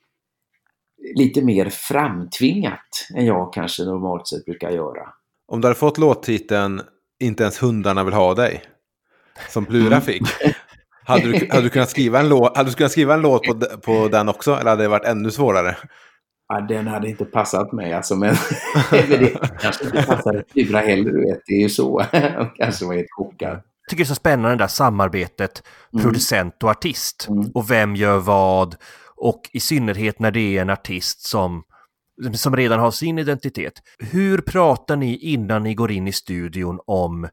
Speaker 5: lite mer framtvingat än jag kanske normalt sett brukar göra.
Speaker 3: Om du hade fått låttiteln Inte ens hundarna vill ha dig, som Plura mm. fick, hade du, hade du kunnat skriva en låt, hade du kunnat skriva en låt på, på den också, eller hade det varit ännu svårare?
Speaker 5: Ja, den hade inte passat mig alltså, men det kanske inte passade Plura heller, du vet, det är ju så. Kanske var helt chockad.
Speaker 2: Jag tycker det är så spännande det där samarbetet mm. producent och artist mm. och vem gör vad, och i synnerhet när det är en artist som som redan har sin identitet. Hur pratar ni innan ni går in i studion om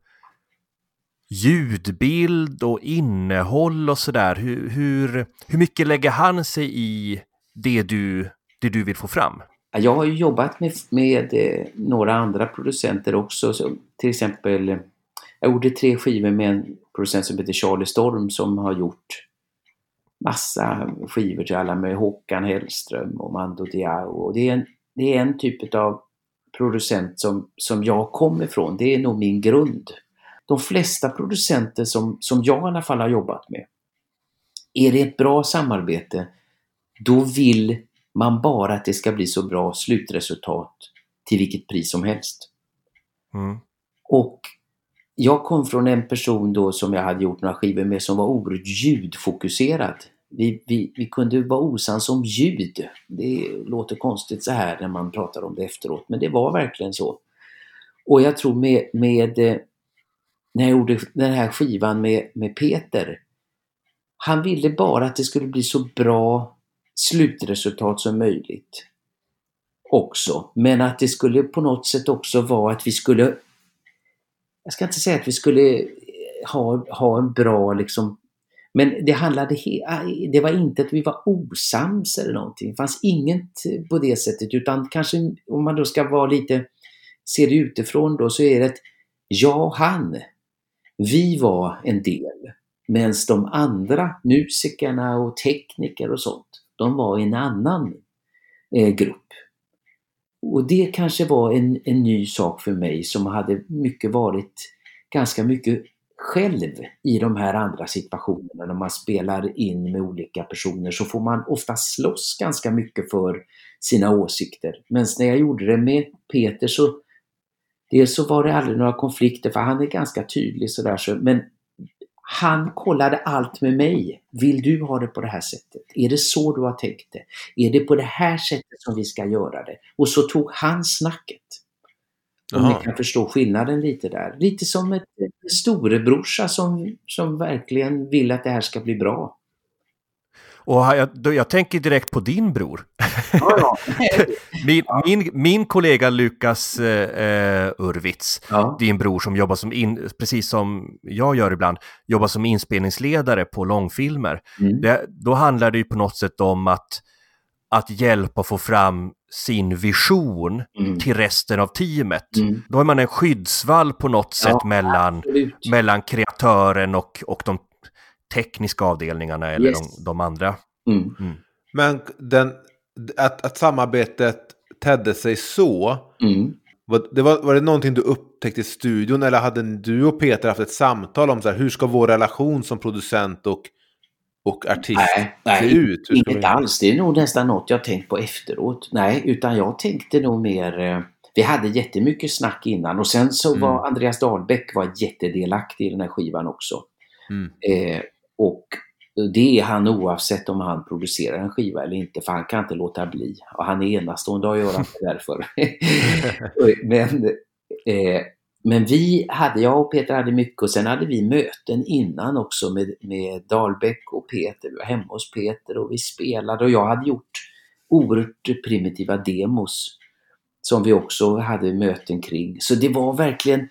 Speaker 2: ljudbild och innehåll och sådär? Hur, hur, hur mycket lägger han sig i det du, det du vill få fram?
Speaker 5: Jag har ju jobbat med, med eh, några andra producenter också. Så, till exempel, jag gjorde tre skivor med en producent som heter Charlie Storm som har gjort massa skivor till alla med Håkan Hellström och Mando Diao. Och det är en, det är en typ av producent som, som jag kommer ifrån. Det är nog min grund. de flesta producenter som, som jag i alla fall har jobbat med, är det ett bra samarbete, då vill man bara att det ska bli så bra slutresultat till vilket pris som helst.
Speaker 2: Mm.
Speaker 5: Och jag kom från en person då som jag hade gjort några skivor med som var oerhört ljudfokuserad. Vi, vi, vi kunde vara osams om ljud. Det låter konstigt så här när man pratar om det efteråt, men det var verkligen så. Och jag tror med, med när jag gjorde den här skivan med, med Peter, han ville bara att det skulle bli så bra slutresultat som möjligt också. Men att det skulle på något sätt också vara att vi skulle, jag ska inte säga att vi skulle ha, ha en bra liksom, men det handlade, det var inte att vi var osams eller någonting. Det fanns inget på det sättet, utan kanske om man då ska vara lite, se det utifrån då, så är det att jag och han, vi var en del. Medan de andra musikerna och tekniker och sånt, de var i en annan eh, grupp. Och det kanske var en, en ny sak för mig som hade mycket varit ganska mycket själv i de här andra situationerna. När man spelar in med olika personer så får man ofta slåss ganska mycket för sina åsikter. Men när jag gjorde det med Peter så, dels så var det aldrig några konflikter, för han är ganska tydlig sådär. Så, men han kollade allt med mig. Vill du ha det på det här sättet? Är det så du har tänkt det? Är det på det här sättet som vi ska göra det? Och så tog han snacket. Om ni kan förstå skillnaden lite där. Lite som ett, ett storebrorsa som, som verkligen vill att det här ska bli bra.
Speaker 2: Och jag, då, jag tänker direkt på din bror.
Speaker 5: Ja, ja.
Speaker 2: min, min, min kollega Lukas eh, Urwitz,
Speaker 5: Ja.
Speaker 2: din bror som jobbar som, in, precis som jag gör ibland, jobbar som inspelningsledare på långfilmer.
Speaker 5: Mm.
Speaker 2: Det, då handlar det ju på något sätt om att, att hjälpa få fram sin vision
Speaker 5: Mm.
Speaker 2: till resten av teamet.
Speaker 5: Mm.
Speaker 2: Då är man en skyddsvall på något sätt
Speaker 5: Ja,
Speaker 2: mellan,
Speaker 5: absolut.
Speaker 2: mellan kreatören och, och de tekniska avdelningarna eller
Speaker 5: Yes.
Speaker 2: de, de andra.
Speaker 5: Mm.
Speaker 3: Men den, att, att samarbetet tedde sig så,
Speaker 5: Mm.
Speaker 3: var det, var, var det någonting du upptäckte i studion, eller hade du och Peter haft ett samtal om så här, hur ska vår relation som producent och, och artist
Speaker 5: Nej, nej,
Speaker 3: se ut? Hur ska
Speaker 5: inget
Speaker 3: vi...
Speaker 5: alls. Det är nog nästan något jag tänkt på efteråt. Nej, utan jag tänkte nog mer... Eh, vi hade jättemycket snack innan. Och sen så
Speaker 3: Mm.
Speaker 5: var Andreas Dahlbäck var jättedelaktig i den här skivan också.
Speaker 3: Mm.
Speaker 5: Eh, och det är han oavsett om han producerar en skiva eller inte. För han kan inte låta bli. Och han är enastående och gör han det därför. men... Eh, Men vi hade, jag och Peter hade mycket, och sen hade vi möten innan också med, med Dahlbäck och Peter. Vi var hemma hos Peter och vi spelade, och jag hade gjort oerhört primitiva demos som vi också hade möten kring. Så det var verkligen,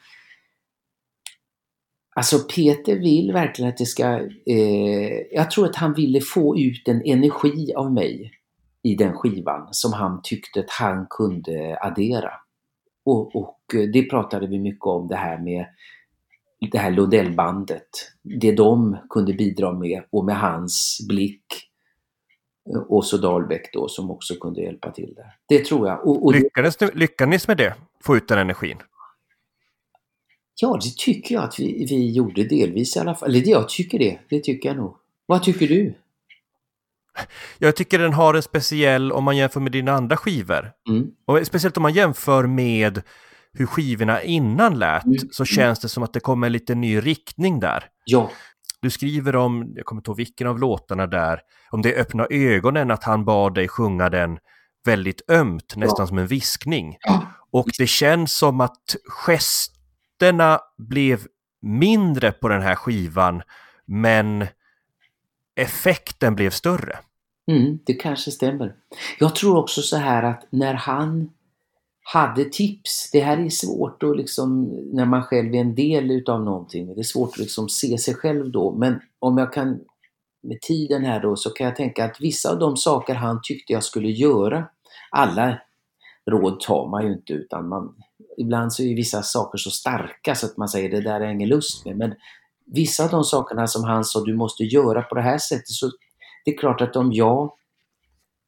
Speaker 5: alltså Peter vill verkligen att det ska, eh, jag tror att han ville få ut en energi av mig i den skivan som han tyckte att han kunde addera. Och, och det pratade vi mycket om, det här med det här Lundellbandet. Det de kunde bidra med, och med hans blick. Och så Dahlbäck då som också kunde hjälpa till där. Det tror jag. Och, och
Speaker 2: Lyckades, lyckades med det? Få ut den energin?
Speaker 5: ja, det tycker jag att vi, vi gjorde delvis i alla fall. Eller det, jag tycker det. Det tycker jag nog. Vad tycker du?
Speaker 2: Jag tycker den har en speciell, om man jämför med dina andra skivor.
Speaker 5: Mm.
Speaker 2: Och speciellt om man jämför med hur skivorna innan lät,
Speaker 5: Mm.
Speaker 2: så känns det som att det kommer en lite ny riktning där.
Speaker 5: Ja.
Speaker 2: Du skriver om, jag kommer inte ihåg vilken av låtarna där, om det öppna ögonen, att han bad dig sjunga den väldigt ömt, nästan
Speaker 5: Ja.
Speaker 2: som en viskning.
Speaker 5: Ja.
Speaker 2: Och det känns som att gesterna blev mindre på den här skivan, men effekten blev större.
Speaker 5: Mm, det kanske stämmer. Jag tror också så här att när han hade tips, det här är svårt att liksom, när man själv är en del utav någonting, det är svårt att liksom se sig själv då, men om jag kan med tiden här då, så kan jag tänka att vissa av de saker han tyckte jag skulle göra, alla råd tar man ju inte, utan man, ibland så är vissa saker så starka så att man säger det där är ingen lust med, men vissa av de sakerna som han sa du måste göra på det här sättet, så det är klart att om jag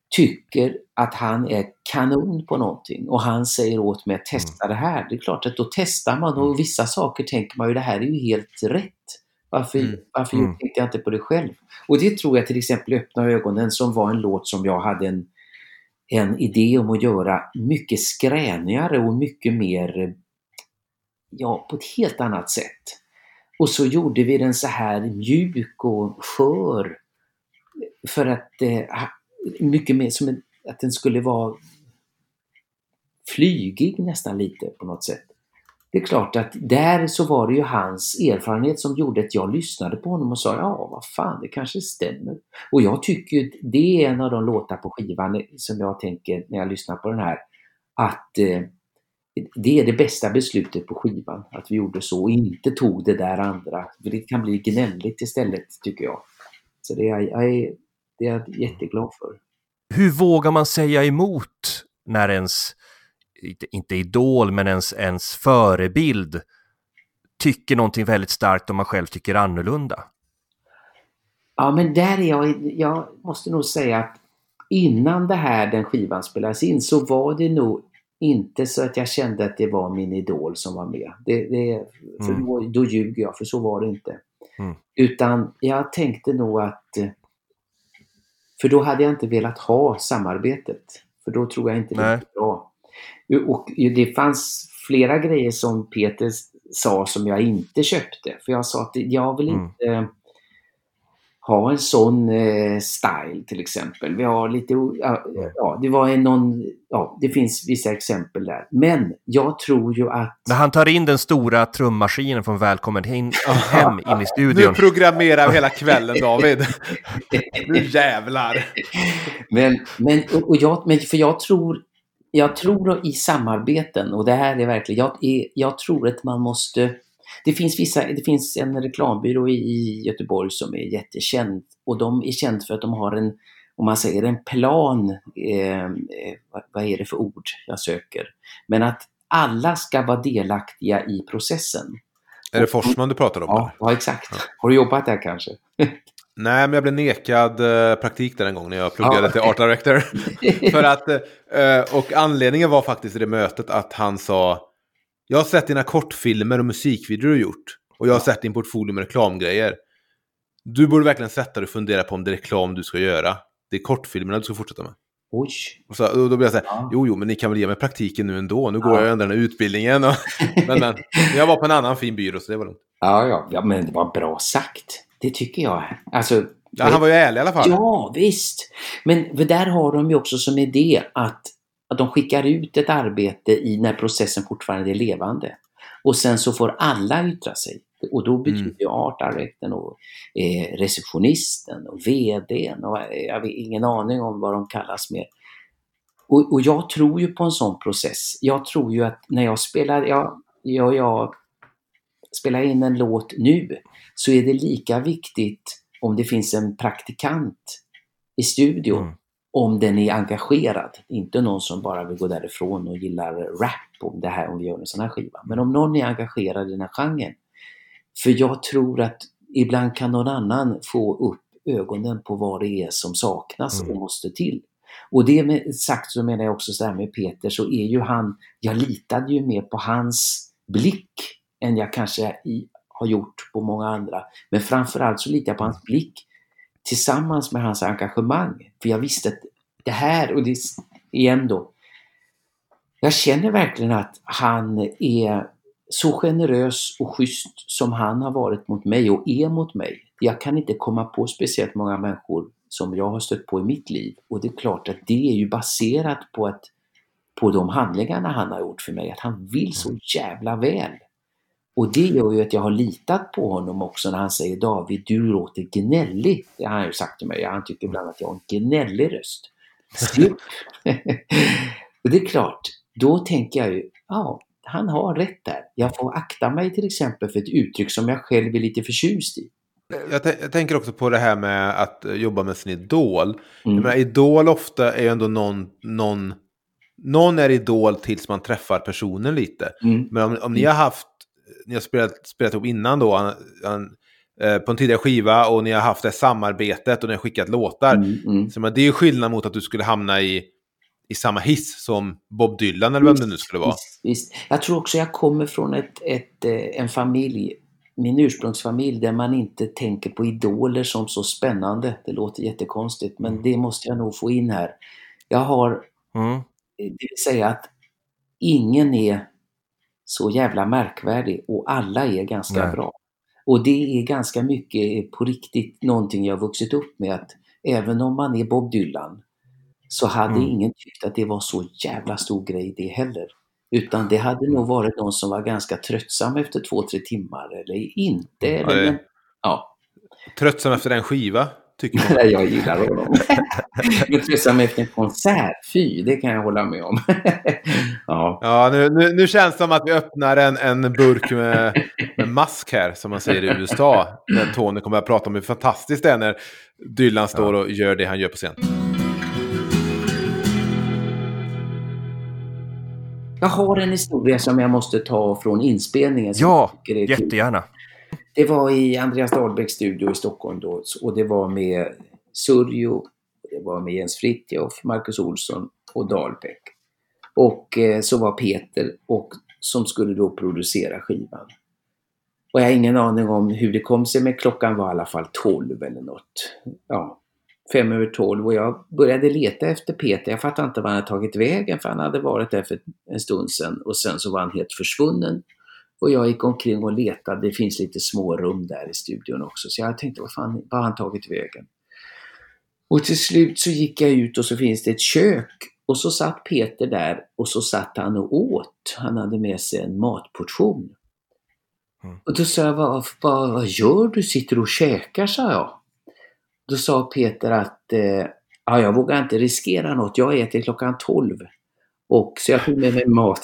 Speaker 5: tycker att han är kanon på någonting och han säger åt mig att testa mm. det här. Det är klart att då testar man och vissa saker tänker man ju det här är ju helt rätt. Varför, mm. varför mm. tänkte jag inte på det själv? Och det tror jag till exempel Öppna ögonen som var en låt som jag hade en, en idé om att göra mycket skränigare och mycket mer, ja, på ett helt annat sätt. Och så gjorde vi den så här mjuk och skör för att eh, mycket mer som en, att den skulle vara flygig nästan lite på något sätt. Det är klart att där så var det ju hans erfarenhet som gjorde att jag lyssnade på honom och sa ja, vad fan, det kanske stämmer. Och jag tycker det är en av de låtar på skivan som jag tänker när jag lyssnar på den här att eh, det är det bästa beslutet på skivan, att vi gjorde så och inte tog det där andra. För det kan bli gnälligt istället tycker jag. Så det är jag, är, det är jag jätteglad för.
Speaker 2: Hur vågar man säga emot när ens, inte idol, men ens, ens förebild tycker någonting väldigt starkt om man själv tycker annorlunda?
Speaker 5: Ja, men där är jag, jag måste nog säga att innan det här, den skivan spelas in, så var det nog inte så att jag kände att det var min idol som var med. Det, det, för mm. då, då ljuger jag, för så var det inte. Mm. Utan jag tänkte nog att, för då hade jag inte velat ha samarbetet. För då tror jag inte det var bra. Och det fanns flera grejer som Peter sa som jag inte köpte. För jag sa att jag vill mm. inte ha en sån eh, style till exempel. Vi har lite, ja, ja det var en någon, ja, det finns vissa exempel där. Men jag tror ju att...
Speaker 2: När han tar in den stora trummaskinen från Välkommen hem, hem in i studion.
Speaker 3: Nu programmerar vi hela kvällen, David. Nu jävlar.
Speaker 5: Men, men, och jag, men för jag tror, jag tror i samarbeten, och det här är verkligen, jag, jag tror att man måste... Det finns, vissa, det finns en reklambyrå i, i Göteborg som är jättekänd och de är känd för att de har en, om man säger en plan, eh, vad, vad är det för ord jag söker, men att alla ska vara delaktiga i processen.
Speaker 3: Är det Forsman du pratar om?
Speaker 5: Ja, ja exakt. Ja. Har du jobbat där kanske?
Speaker 3: Nej, men jag blev nekad eh, praktik där en gång när jag pluggade ja. till Art Director. för att, eh, och anledningen var faktiskt i det mötet att han sa: jag har sett dina kortfilmer och musikvideor du gjort. Och jag har sett din portfolio med reklamgrejer. Du borde verkligen sätta dig och fundera på om det är reklam du ska göra. Det är kortfilmerna du ska fortsätta med.
Speaker 5: Oj.
Speaker 3: Och, så, och då blir jag så här, ja. jo, jo, men ni kan väl ge mig praktiken nu ändå. Nu går ja. jag ändå den här utbildningen. Och, men, men jag var på en annan fin byrå, så det var lugnt.
Speaker 5: Ja, ja, ja, men det var bra sagt. Det tycker jag. Alltså,
Speaker 3: ja, han var ju ärlig i alla fall.
Speaker 5: Ja, visst. Men där har de ju också som idé att Att de skickar ut ett arbete i när processen fortfarande är levande. Och sen så får alla yttra sig. Och då betyder mm. art directorn och eh, receptionisten och vdn och eh, jag har ingen aning om vad de kallas mer. Och, och jag tror ju på en sån process. Jag tror ju att när jag spelar, jag, jag, jag spelar in en låt nu, så är det lika viktigt om det finns en praktikant i studion. Mm. Om den är engagerad, inte någon som bara vill gå därifrån och gillar rap om det här, om vi gör en sån här skiva. Men om någon är engagerad i den här genren. För jag tror att ibland kan någon annan få upp ögonen på vad det är som saknas mm. och måste till. Och det med sagt så menar jag också så här med Peter, så är ju han, jag litade ju mer på hans blick än jag kanske i, har gjort på många andra. Men framförallt så litar jag på hans blick tillsammans med hans engagemang. För jag visste att det här, och det igen då, jag känner verkligen att han är så generös och schysst som han har varit mot mig och är mot mig. Jag kan inte komma på speciellt många människor som jag har stött på i mitt liv. Och det är klart att det är ju baserat på, att, på de handlingarna han har gjort för mig. Att han vill så jävla väl. Och det gör ju att jag har litat på honom också när han säger: David, du låter gnällig. Det har han ju sagt till mig. Han tycker ibland att jag har en gnällig röst. Och det är klart, då tänker jag ju, ja, han har rätt där. Jag får akta mig till exempel för ett uttryck som jag själv är lite förtjust i.
Speaker 3: Jag, t- jag tänker också på det här med att jobba med sin idol. Mm. Jag menar, idol ofta är ju ändå någon... någon någon är idol tills man träffar personen lite. Mm. Men om, om ni har haft, ni har spelat, spelat ihop innan då, han, han, eh, på en tidigare skiva och ni har haft det samarbetet och ni har skickat låtar.
Speaker 5: Mm, mm.
Speaker 3: Så men det är ju skillnad mot att du skulle hamna i, i samma hiss som Bob Dylan eller vem
Speaker 5: Visst,
Speaker 3: det nu skulle vara.
Speaker 5: Visst, visst. Jag tror också jag kommer från ett, ett, eh, en familj, min ursprungsfamilj, där man inte tänker på idoler som så spännande. Det låter jättekonstigt, men det måste jag nog få in här. Jag har,
Speaker 2: Mm.
Speaker 5: det vill säga att ingen är så jävla märkvärdig och alla är ganska
Speaker 2: Nej.
Speaker 5: bra. Och det är ganska mycket på riktigt någonting jag har vuxit upp med, att även om man är Bob Dylan så hade
Speaker 2: Mm.
Speaker 5: ingen tyckt att det var så jävla stor grej det heller. Utan det hade nog varit någon som var ganska tröttsam efter två, tre timmar eller inte. Eller,
Speaker 3: Ja, det-
Speaker 5: men, ja.
Speaker 3: Tröttsam efter den skiva, tycker man.
Speaker 5: Nej, jag gillar honom. Men tröttsam efter en konsert, fy, det kan jag hålla med om. Ja.
Speaker 3: Ja, nu, nu, nu känns det som att vi öppnar en, en burk med, med mask här, som man säger i U S A. När Tony kommer att prata om hur fantastiskt det är när Dylan står och gör det han gör på scen.
Speaker 5: Jag har en historia som jag måste ta från inspelningen. som
Speaker 2: Ja,
Speaker 5: jag tycker är kul.
Speaker 2: jättegärna.
Speaker 5: Det var i Andreas Dahlbäcks studio i Stockholm då, och det var med Surjo, det var med Jens Fritiof, Marcus Olsson och Dahlbäck. Och eh, så var Peter och, som skulle då producera skivan. Och jag har ingen aning om hur det kom sig, men klockan var i alla fall tolv eller något. Ja, fem över tolv, och jag började leta efter Peter. Jag fattade inte vad han hade tagit vägen, för han hade varit där för en stund sedan och sen så var han helt försvunnen. Och jag gick omkring och letade. Det finns lite små rum där i studion också. Så jag tänkte, vad fan, vad har han tagit vägen? Och till slut så gick jag ut och så finns det ett kök. Och så satt Peter där och så satt han och åt. Han hade med sig en matportion.
Speaker 2: Mm.
Speaker 5: Och då sa jag, vad, vad, vad gör du? Sitter och käkar, sa jag. Då sa Peter att eh, ja, jag vågar inte riskera något. Jag äter klockan tolv. Och så jag tog med mig mat.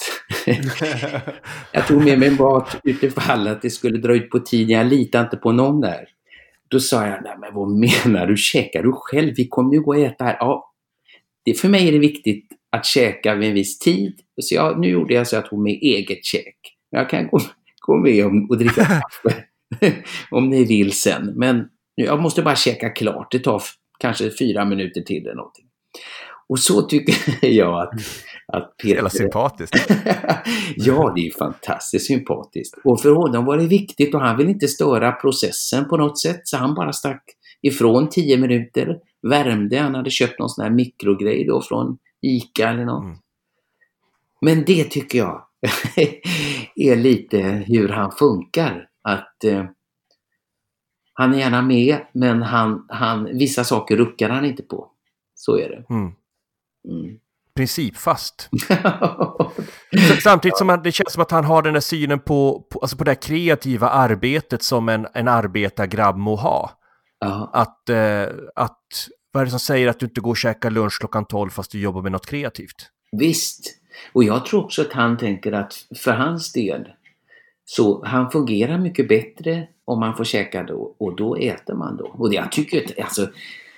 Speaker 5: jag tog med mig mat utifall att det skulle dra ut på tiden. Jag litar inte på någon där. Då sa jag, nej men vad menar du? Käkar du själv? Vi kommer ju gå och äta här. Ja, det, för mig är det viktigt att käka vid en viss tid. Så jag, nu gjorde jag så att jag tog med eget käk. Jag kan gå, gå med och, och dricka kaffe om ni vill sen. Men jag måste bara käka klart. Det tar f- kanske fyra minuter till eller någonting. Och så tycker jag att, att Peter...
Speaker 2: Jävla sympatiskt.
Speaker 5: Ja, det är fantastiskt sympatiskt. Och för honom var det viktigt och han vill inte störa processen på något sätt. Så han bara stack ifrån tio minuter, värmde. Han hade köpt någon sån här mikrogrej då från Ica eller något.
Speaker 2: Mm.
Speaker 5: Men det tycker jag är lite hur han funkar. Att eh, han är gärna med, men han, han, vissa saker ruckar han inte på. Så är det.
Speaker 2: Mm.
Speaker 5: Mm.
Speaker 2: Principfast. S- Samtidigt som han, det känns som att han har den där synen på, på, alltså på det här kreativa arbetet som en, en arbetargrabb må ha.
Speaker 5: Ja.
Speaker 2: Att, eh, att, vad är det som säger att du inte går och käkar lunch klockan tolv fast du jobbar med något kreativt?
Speaker 5: Visst. Och jag tror också att han tänker att för hans del så han fungerar mycket bättre om man får käka då, och då äter man då. Och det, jag tycker att, alltså,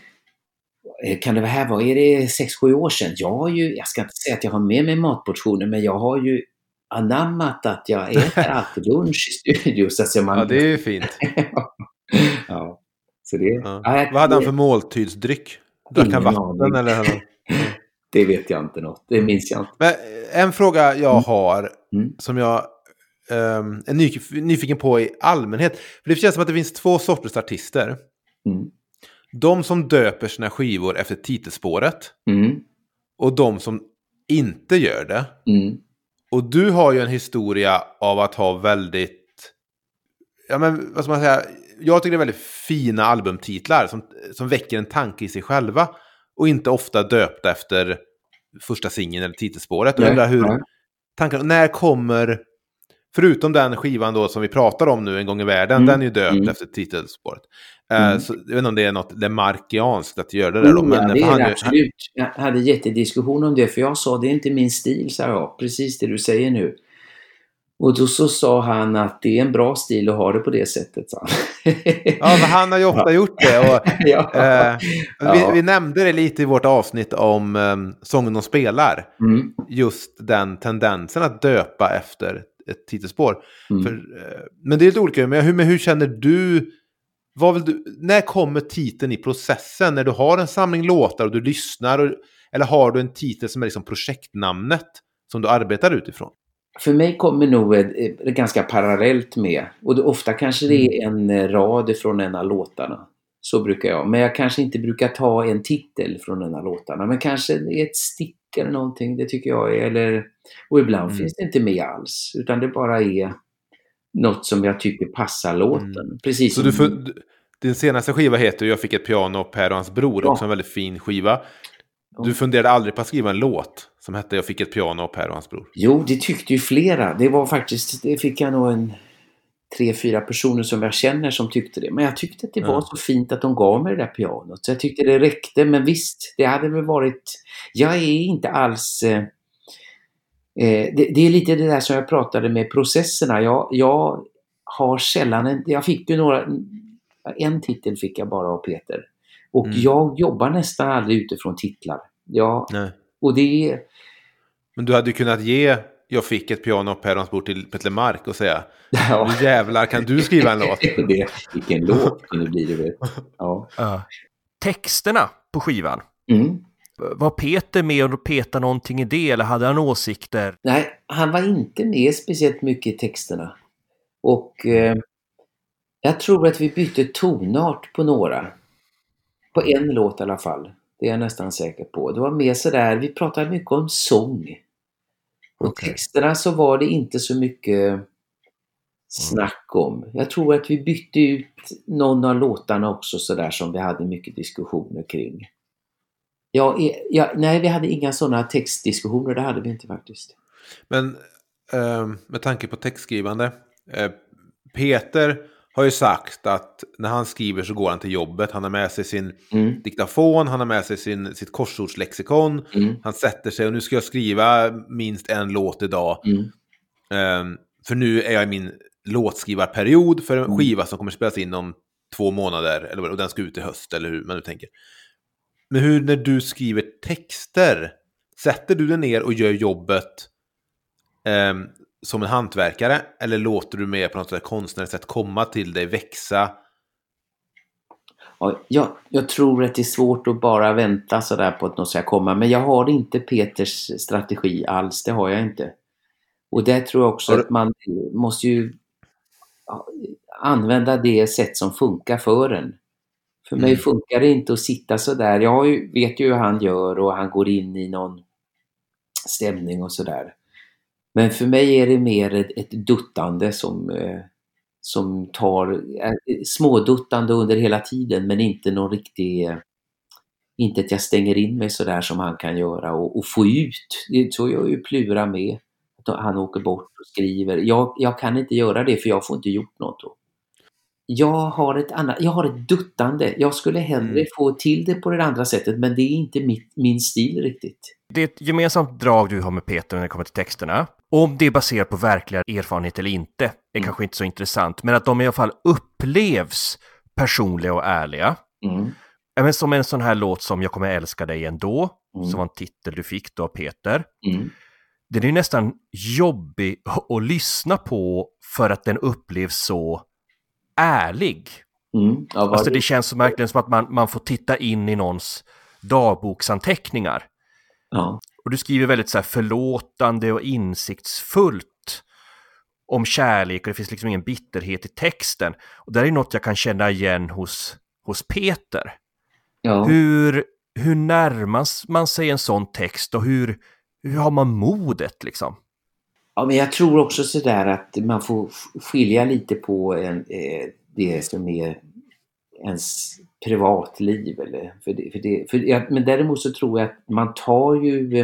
Speaker 5: kan det här vara, är det sex sju år sedan? Jag har ju, jag ska inte säga att jag har med mig matportioner, men jag har ju anammat att jag äter alltid lunch i studio. Så att säga, man...
Speaker 3: Ja, det är ju fint.
Speaker 5: ja. Så det,
Speaker 3: Ja.
Speaker 5: ja, jag,
Speaker 3: Vad hade han för måltidsdryck? Drack han
Speaker 5: Ingen
Speaker 3: vatten
Speaker 5: aning.
Speaker 3: eller? hade han-
Speaker 5: det vet jag inte något. Det minns jag inte.
Speaker 3: Men en fråga jag har
Speaker 5: Mm.
Speaker 3: som jag um, är nyf- nyfiken på i allmänhet. För det känns som att det finns två sorters artister.
Speaker 5: Mm.
Speaker 3: De som döper sina skivor efter titelspåret
Speaker 5: Mm.
Speaker 3: och de som inte gör det.
Speaker 5: Mm.
Speaker 3: Och du har ju en historia av att ha väldigt, ja men vad ska man säga, jag tycker det är väldigt fina albumtitlar som, som väcker en tanke i sig själva och inte ofta döpta efter första singeln eller titelspåret. Och jag undrar hur
Speaker 5: Nej.
Speaker 3: tankarna, när kommer, förutom den skivan då som vi pratar om nu, En gång i världen,
Speaker 5: Mm.
Speaker 3: den är ju döpt
Speaker 5: Mm.
Speaker 3: efter titelspåret.
Speaker 5: Mm.
Speaker 3: Uh, så, jag vet inte om det är något lemarkianskt att göra det där då.
Speaker 5: Mm,
Speaker 3: Men
Speaker 5: ja, det
Speaker 3: han,
Speaker 5: är det
Speaker 3: han,
Speaker 5: absolut. Jag hade jättediskussion om det, för jag sa det är inte min stil, sa jag. Precis det du säger nu. Och då så sa han att det är en bra stil att ha det på det sättet, sa han.
Speaker 3: ja, för han har ju ofta gjort det. Och,
Speaker 5: ja.
Speaker 3: eh,
Speaker 5: Ja.
Speaker 3: vi, vi nämnde det lite i vårt avsnitt om um, sången de spelar.
Speaker 5: Mm.
Speaker 3: Just den tendensen att döpa efter ett titelspår.
Speaker 5: Mm.
Speaker 3: För, eh, men det är lite olika. Men hur, men hur känner du vad vill du, när kommer titeln i processen? När du har en samling låtar och du lyssnar, och, eller har du en titel som är liksom projektnamnet som du arbetar utifrån?
Speaker 5: För mig kommer nog ett, ett ganska parallellt med, och det, ofta kanske det är en rad från en av låtarna. Så brukar jag, men jag kanske inte brukar ta en titel från en av låtarna, men kanske ett stick eller någonting, det tycker jag är, eller, och ibland mm. finns det inte med alls, utan det bara är något som jag tycker passar låten. Mm. Precis
Speaker 3: så
Speaker 5: som...
Speaker 3: du, din senaste skiva heter Jag fick ett piano, Per och hans bror,
Speaker 5: ja.
Speaker 3: Också en väldigt fin skiva. Du funderade aldrig på att skriva en låt som hette Jag fick ett piano, Per och hans bror?
Speaker 5: Jo, det tyckte ju flera. Det var faktiskt, det fick jag nog en tre, fyra personer som jag känner som tyckte det. Men jag tyckte att det mm. var så fint att de gav mig det där pianot. Så jag tyckte det räckte. Men visst, det hade väl varit... Jag är inte alls... Eh, det, det är lite det där som jag pratade med processerna. Jag, jag har sällan... En, jag fick ju några... En titel fick jag bara av Peter. Och mm. jag jobbar nästan aldrig utifrån titlar. Ja,
Speaker 3: Nej.
Speaker 5: Och det är...
Speaker 3: Men du hade ju kunnat ge Jag fick ett piano, Per och hans bror till Petter Mark och säga ja. Nu jävlar, kan du skriva en låt?
Speaker 5: det, vilken låt kunde bli det, vet. Ja.
Speaker 2: Uh, texterna på skivan.
Speaker 5: Mm.
Speaker 2: Var Peter med och petade någonting i det, eller hade han åsikter?
Speaker 5: Nej, han var inte med speciellt mycket i texterna. Och eh, jag tror att vi bytte tonart på några. På en låt i alla fall. Det är jag nästan säker på. Det var mer sådär, vi pratade mycket om sång. Och okay. texterna så var det inte så mycket snack om. Jag tror att vi bytte ut någon av låtarna också sådär som vi hade mycket diskussioner kring. Ja, ja, nej, vi hade inga sådana textdiskussioner, det hade vi inte faktiskt.
Speaker 3: Men eh, med tanke på textskrivande, eh, Peter har ju sagt att när han skriver så går han till jobbet. Han har med sig sin mm. diktafon, han har med sig sin, sitt korsordslexikon. Mm. Han sätter sig och nu ska jag skriva minst en låt idag. Mm. Um, för nu är jag i min låtskrivarperiod för en mm. skiva som kommer spelas in om två månader. Eller, och den ska ut i höst, eller hur man nu tänker. Men hur när du skriver texter, sätter du dig ner och gör jobbet um, som en hantverkare, eller låter du med på något sätt konstnärligt sätt komma till dig, växa?
Speaker 5: Ja, jag, jag tror att det är svårt att bara vänta så där på att något ska komma, men jag har inte Peters strategi alls, det har jag inte. Och där tror jag också du... att man måste ju använda det sätt som funkar för en. För mm. mig funkar det inte att sitta så där. Jag vet ju hur han gör och han går in i någon stämning och så där. Men för mig är det mer ett, ett duttande som, eh, som tar eh, småduttande under hela tiden, men inte någon riktig, eh, inte att jag stänger in mig så där som han kan göra och, och få ut. Det, så jag ju Plura med. Han åker bort och skriver. Jag, jag kan inte göra det för jag får inte gjort något då. Jag har ett annat, jag har ett duttande. Jag skulle hellre mm. få till det på det andra sättet, men det är inte mitt, min stil riktigt.
Speaker 2: Det är ett gemensamt drag du har med Peter när det kommer till texterna. Om det är baserat på verkliga erfarenhet eller inte är mm. kanske inte så intressant. Men att de i alla fall upplevs personliga och ärliga. Mm. Även som en sån här låt som Jag kommer älska dig ändå. Mm. Som var en titel du fick då av Peter. Mm. Den är ju nästan jobbig att lyssna på för att den upplevs så ärlig. Mm. Ja, alltså det... det känns så verkligen som att man, man får titta in i någons dagboksanteckningar.
Speaker 5: Ja.
Speaker 2: Och du skriver väldigt så här förlåtande och insiktsfullt om kärlek, och det finns liksom ingen bitterhet i texten. Och där är något jag kan känna igen hos, hos Peter.
Speaker 5: Ja.
Speaker 2: Hur, hur närmas man sig en sån text och hur, hur har man modet liksom?
Speaker 5: Ja, men jag tror också sådär att man får skilja lite på en, eh, det som är ens privatliv. Eller, för det, för det, för, ja, men däremot så tror jag att man tar ju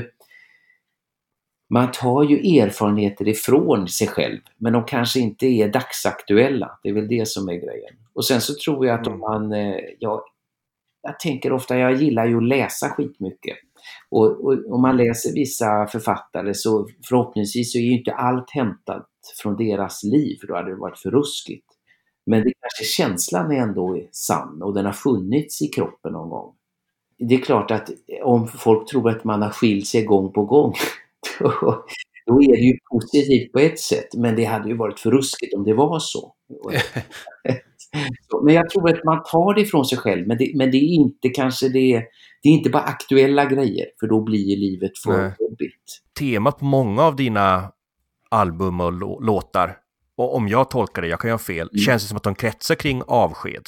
Speaker 5: man tar ju erfarenheter ifrån sig själv, men de kanske inte är dagsaktuella. Det är väl det som är grejen. Och sen så tror jag att om man eh, jag, jag tänker ofta, jag gillar ju att läsa skitmycket. Och, och om man läser vissa författare så förhoppningsvis så är ju inte allt hämtat från deras liv, för då hade det varit för ruskigt. Men det kanske känslan är ändå sann och den har funnits i kroppen någon gång. Det är klart att om folk tror att man har skilt sig gång på gång då, då är det ju positivt på ett sätt, men det hade ju varit för ruskigt om det var så. Men jag tror att man tar det ifrån sig själv, men det, men det är inte kanske det, det är inte bara aktuella grejer, för då blir livet för jobbigt.
Speaker 2: Temat på många av dina album och lå- låtar, och om jag tolkar det, jag kan ju ha fel, mm. känns det som att de kretsar kring avsked?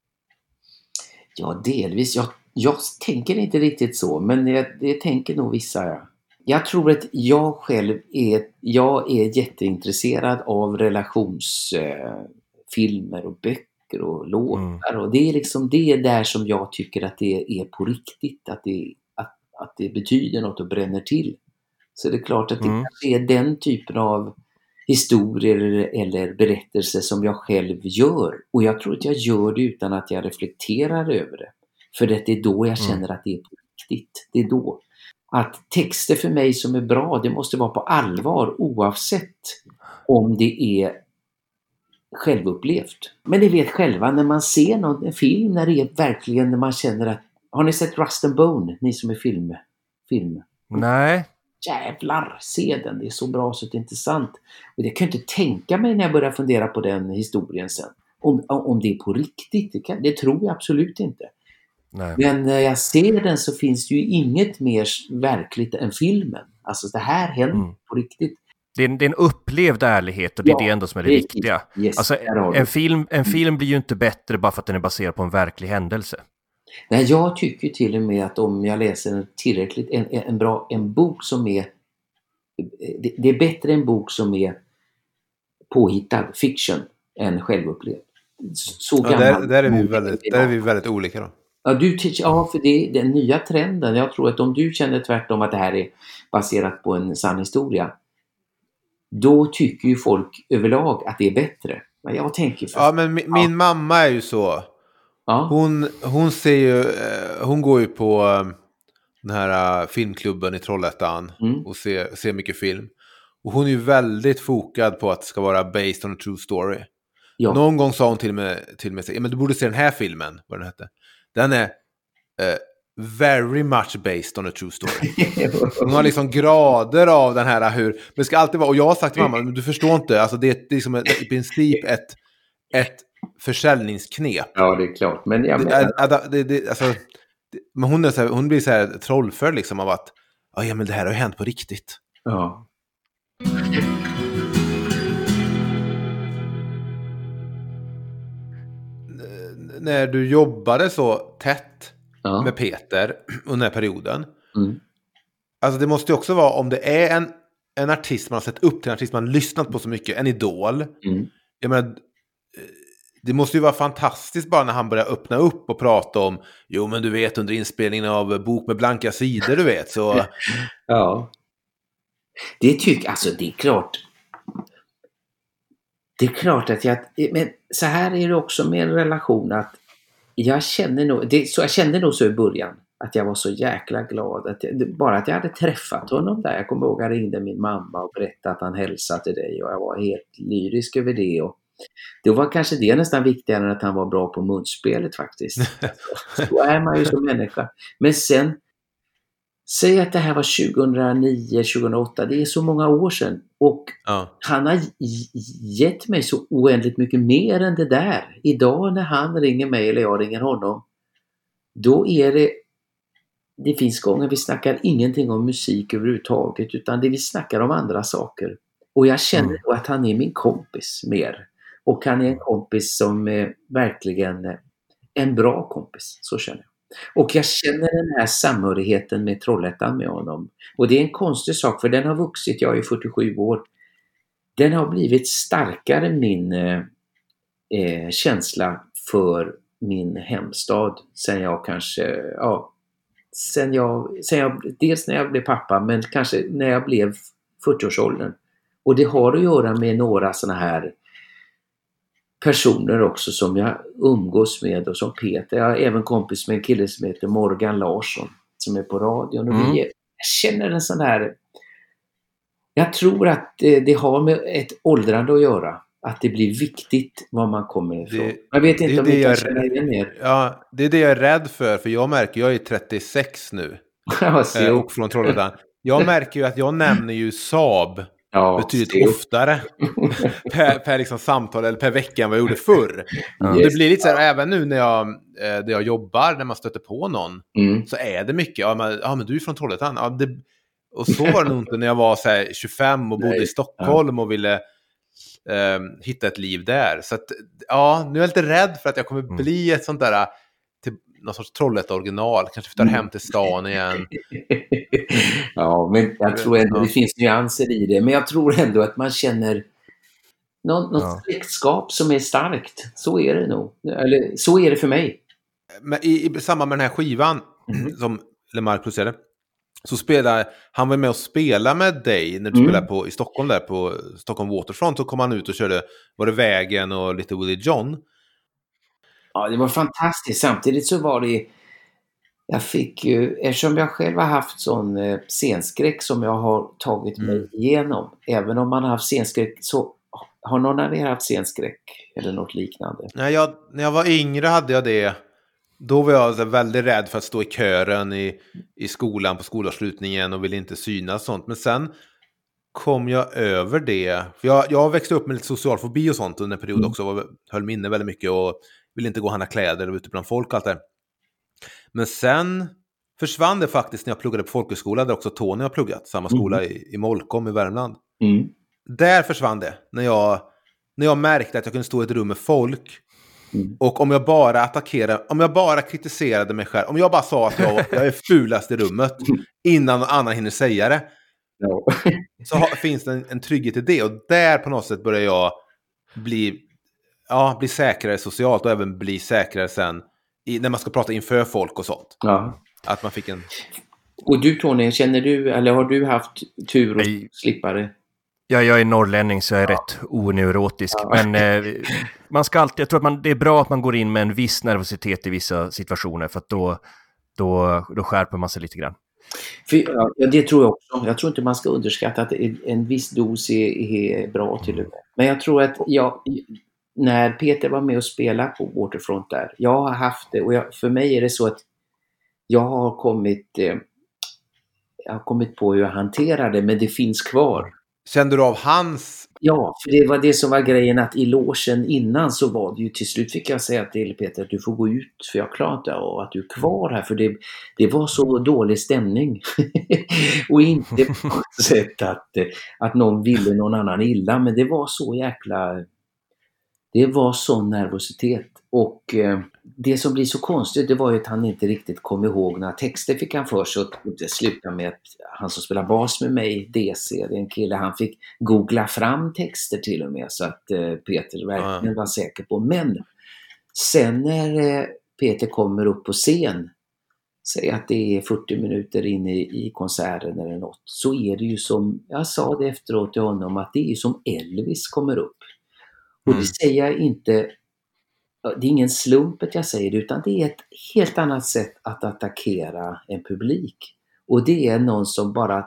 Speaker 5: Ja, delvis. Jag, jag tänker inte riktigt så, men jag, jag tänker nog vissa, ja. Jag tror att jag själv är, jag är jätteintresserad av relationsfilmer eh, och böcker och låtar. Mm. Och det är liksom det där som jag tycker att det är på riktigt, att det, att, att det betyder något och bränner till. Så det är klart att det mm. kanske är den typen av historier eller berättelser som jag själv gör. Och jag tror att jag gör det utan att jag reflekterar över det. För det är då jag känner mm. att det är på riktigt. Det är då. Att texter för mig som är bra, det måste vara på allvar oavsett om det är självupplevt. Men ni vet själva, när man ser någon, en film, när det är verkligen, när man känner att... Har ni sett Rust and Bone, ni som är film? film?
Speaker 2: Nej.
Speaker 5: Jävlar, se den, det är så bra så det är inte sant. Och jag kan inte tänka mig när jag börjar fundera på den historien sen. Om, om det är på riktigt, det, kan, det tror jag absolut inte. Nej. Men när jag ser den så finns det ju inget mer verkligt än filmen. Alltså det här händer mm. på riktigt.
Speaker 2: Det är, en, det är en upplevd ärlighet och det ja, är det ändå som är det
Speaker 5: precis.
Speaker 2: viktiga.
Speaker 5: Yes,
Speaker 2: alltså, en, film, en film blir ju inte bättre bara för att den är baserad på en verklig händelse.
Speaker 5: Nej, jag tycker till och med att om jag läser en tillräckligt en, en bra en bok som är det, det är bättre en bok som är påhittad fiction än självupplevd. Så
Speaker 3: ja, där, där är vi väldigt där är vi väldigt olika då.
Speaker 5: Ja, du ja, för det är den nya trenden. Jag tror att om du känner tvärtom att det här är baserat på en sann historia, då tycker ju folk överlag att det är bättre. Men jag tänker för...
Speaker 3: Ja, men min, min ja. mamma är ju så. Ja. Hon, hon ser ju, hon går ju på den här filmklubben i Trollhättan mm. och ser, ser mycket film. Och hon är ju väldigt fokad på att det ska vara based on a true story. Ja. Någon gång sa hon till mig, till mig men du borde se den här filmen, vad den hette. Den är uh, very much based on a true story. Hon har liksom grader av den här hur, men det ska alltid vara, och jag har sagt till mamma, men du förstår inte, alltså det, det är liksom ett, i princip ett, ett försäljningsknep.
Speaker 5: Ja, det är klart. Men, jag
Speaker 3: menar... det, det, det, alltså, det, men hon, är så här, hon blir så här trollförd liksom av att ja, men det här har ju hänt på riktigt.
Speaker 5: Ja.
Speaker 3: N- när du jobbade så tätt ja. med Peter under den här perioden. Mm. Alltså det måste ju också vara om det är en, en artist man har sett upp till, en artist man har lyssnat på så mycket, en idol. Mm. Jag menar, det måste ju vara fantastiskt bara när han börjar öppna upp och prata om, jo men du vet under inspelningen av Bok med blanka sidor, du vet så.
Speaker 5: Ja. Det tycker, alltså det är klart. Det är klart att jag, men så här är det också med en relation att jag känner nog, det, så jag kände nog så i början att jag var så jäkla glad att jag, bara att jag hade träffat honom där. Jag kommer ihåg att jag ringde min mamma och berättade att han hälsade till dig och jag var helt lyrisk över det och det var kanske det nästan viktigare än att han var bra på munspelet faktiskt. Så är man ju som människa. Men sen, säg att det här var tjugohundranio tjugohundraåtta, det är så många år sedan. Och ja. han har gett mig så oändligt mycket mer än det där. Idag när han ringer mig eller jag ringer honom, då är det, det finns gånger vi snackar ingenting om musik överhuvudtaget, utan det vi snackar om andra saker. Och jag känner mm. då att han är min kompis mer. Och han är en kompis som är verkligen en bra kompis, så känner jag. Och jag känner den här samhörigheten med Trollhättan med honom. Och det är en konstig sak, för den har vuxit, jag är fyrtiosju år. Den har blivit starkare, min eh, känsla för min hemstad sen jag kanske, ja, sen jag, sen jag, dels när jag blev pappa, men kanske när jag blev fyrtioårsåldern. Och det har att göra med några såna här personer också som jag umgås med och som Peter. Jag har även kompis med en kille som heter Morgan Larsson som är på radion. Och mm. vi, jag känner en sån här... Jag tror att det, det har med ett åldrande att göra. Att det blir viktigt var man kommer ifrån. Det, jag vet inte om det jag känner det mer.
Speaker 3: Ja, det är det jag är rädd för. För jag märker, jag är trettiosex nu.
Speaker 5: Ja,
Speaker 3: och från Trollhättan. Jag märker ju att jag nämner ju Saab
Speaker 5: Ja,
Speaker 3: betydligt
Speaker 5: det-
Speaker 3: oftare per, per liksom samtal eller per vecka än vad jag gjorde förr.
Speaker 5: Ja.
Speaker 3: Det blir lite så här, även nu när jag, eh, där jag jobbar, när man stöter på någon,
Speaker 5: Mm.
Speaker 3: så är det mycket, ja men, ja, men du är från Trollhättan. Ja, det, och så var det nog inte när jag var så här, tjugofem och bodde
Speaker 5: Nej.
Speaker 3: i Stockholm och ville eh, hitta ett liv där. Så att, ja, nu är jag lite rädd för att jag kommer bli ett sånt där, till någon sorts Trollhättan-original. Kanske flyttar hem till stan igen.
Speaker 5: Ja, men jag tror ändå
Speaker 3: Ja.
Speaker 5: det finns nyanser i det. Men jag tror ändå att man känner något, något
Speaker 2: Ja.
Speaker 5: släktskap som är starkt. Så är det nog. Eller så är det för mig.
Speaker 3: Men i, i samband med den här skivan som Lemark producerade, så spelade han var med och spelade med dig när du
Speaker 5: Mm.
Speaker 3: spelade på, i Stockholm där på Stockholm Waterfront. Så kom han ut och körde, var det Vägen och lite Willie John.
Speaker 5: Ja, det var fantastiskt. Samtidigt så var det... Jag fick ju... Eftersom jag själv har haft sån eh, scenskräck som jag har tagit mig
Speaker 3: Mm.
Speaker 5: igenom. Även om man har haft scenskräck så... Har någon av er haft scenskräck? Eller något liknande?
Speaker 3: När jag, när jag var yngre hade jag det. Då var jag så väldigt rädd för att stå i kören i, i skolan på skolavslutningen och ville inte synas och sånt. Men sen kom jag över det. För jag, jag växte upp med lite social fobi och sånt under en period också. Och höll minne väldigt mycket och ville inte gå och handla kläder och ute bland folk och allt det. Men sen försvann det faktiskt när jag pluggade på folkhögskola, där också Tony har pluggat. Samma skola i, i Molkom i Värmland.
Speaker 5: Mm.
Speaker 3: Där försvann det. När jag, när jag märkte att jag kunde stå i ett rum med folk.
Speaker 5: Mm.
Speaker 3: Och om jag bara attackerade, om jag bara kritiserade mig själv, om jag bara sa att jag, jag är fulast i rummet innan någon annan hinner säga det,
Speaker 5: Ja.
Speaker 3: så har, finns det en, en trygghet i det. Och där på något sätt börjar jag bli, ja, bli säkrare socialt och även bli säkrare sen i, när man ska prata inför folk och sånt.
Speaker 5: Ja.
Speaker 3: Att man fick en...
Speaker 5: Och du Tony, känner du, eller har du haft tur att
Speaker 2: Nej.
Speaker 5: slippa det?
Speaker 2: Ja, jag är norrlänning så jag är rätt oneurotisk. Men eh, man ska alltid, jag tror att man, det är bra att man går in med en viss nervositet i vissa situationer. För att då, då, då skärper man sig lite grann.
Speaker 5: För, ja, det tror jag också. Jag tror inte man ska underskatta att en, en viss dos är, är bra till och med. Men jag tror att jag, när Peter var med och spelade på Waterfront där, jag har haft det och jag, för mig är det så att jag har kommit, eh, jag har kommit på hur jag hanterar det, men det finns kvar.
Speaker 3: Kände du av hans...
Speaker 5: Ja, för det var det som var grejen, att i logen innan så var det ju till slut fick jag säga till Peter att du får gå ut, för jag klarar inte av att du är kvar här, för det, det var så dålig stämning. Och inte på något sätt att, att någon ville någon annan illa, men det var så jäkla... Det var sån nervositet. Och eh, det som blir så konstigt, det var ju att han inte riktigt kom ihåg några texter, fick han för sig. Och det slutade med att han som spelar bas med mig, D C, det är en kille, han fick googla fram texter till och med, så att eh, Peter verkligen
Speaker 3: Ja.
Speaker 5: var säker på. Men sen när eh, Peter kommer upp på scen, säg att det är fyrtio minuter in i, i konserten eller något, så är det ju som, jag sa det efteråt till honom, att det är ju som Elvis kommer upp. Och
Speaker 3: Mm.
Speaker 5: det säger jag inte, det är ingen slump att jag säger det, utan det är ett helt annat sätt att attackera en publik. Och det är någon som bara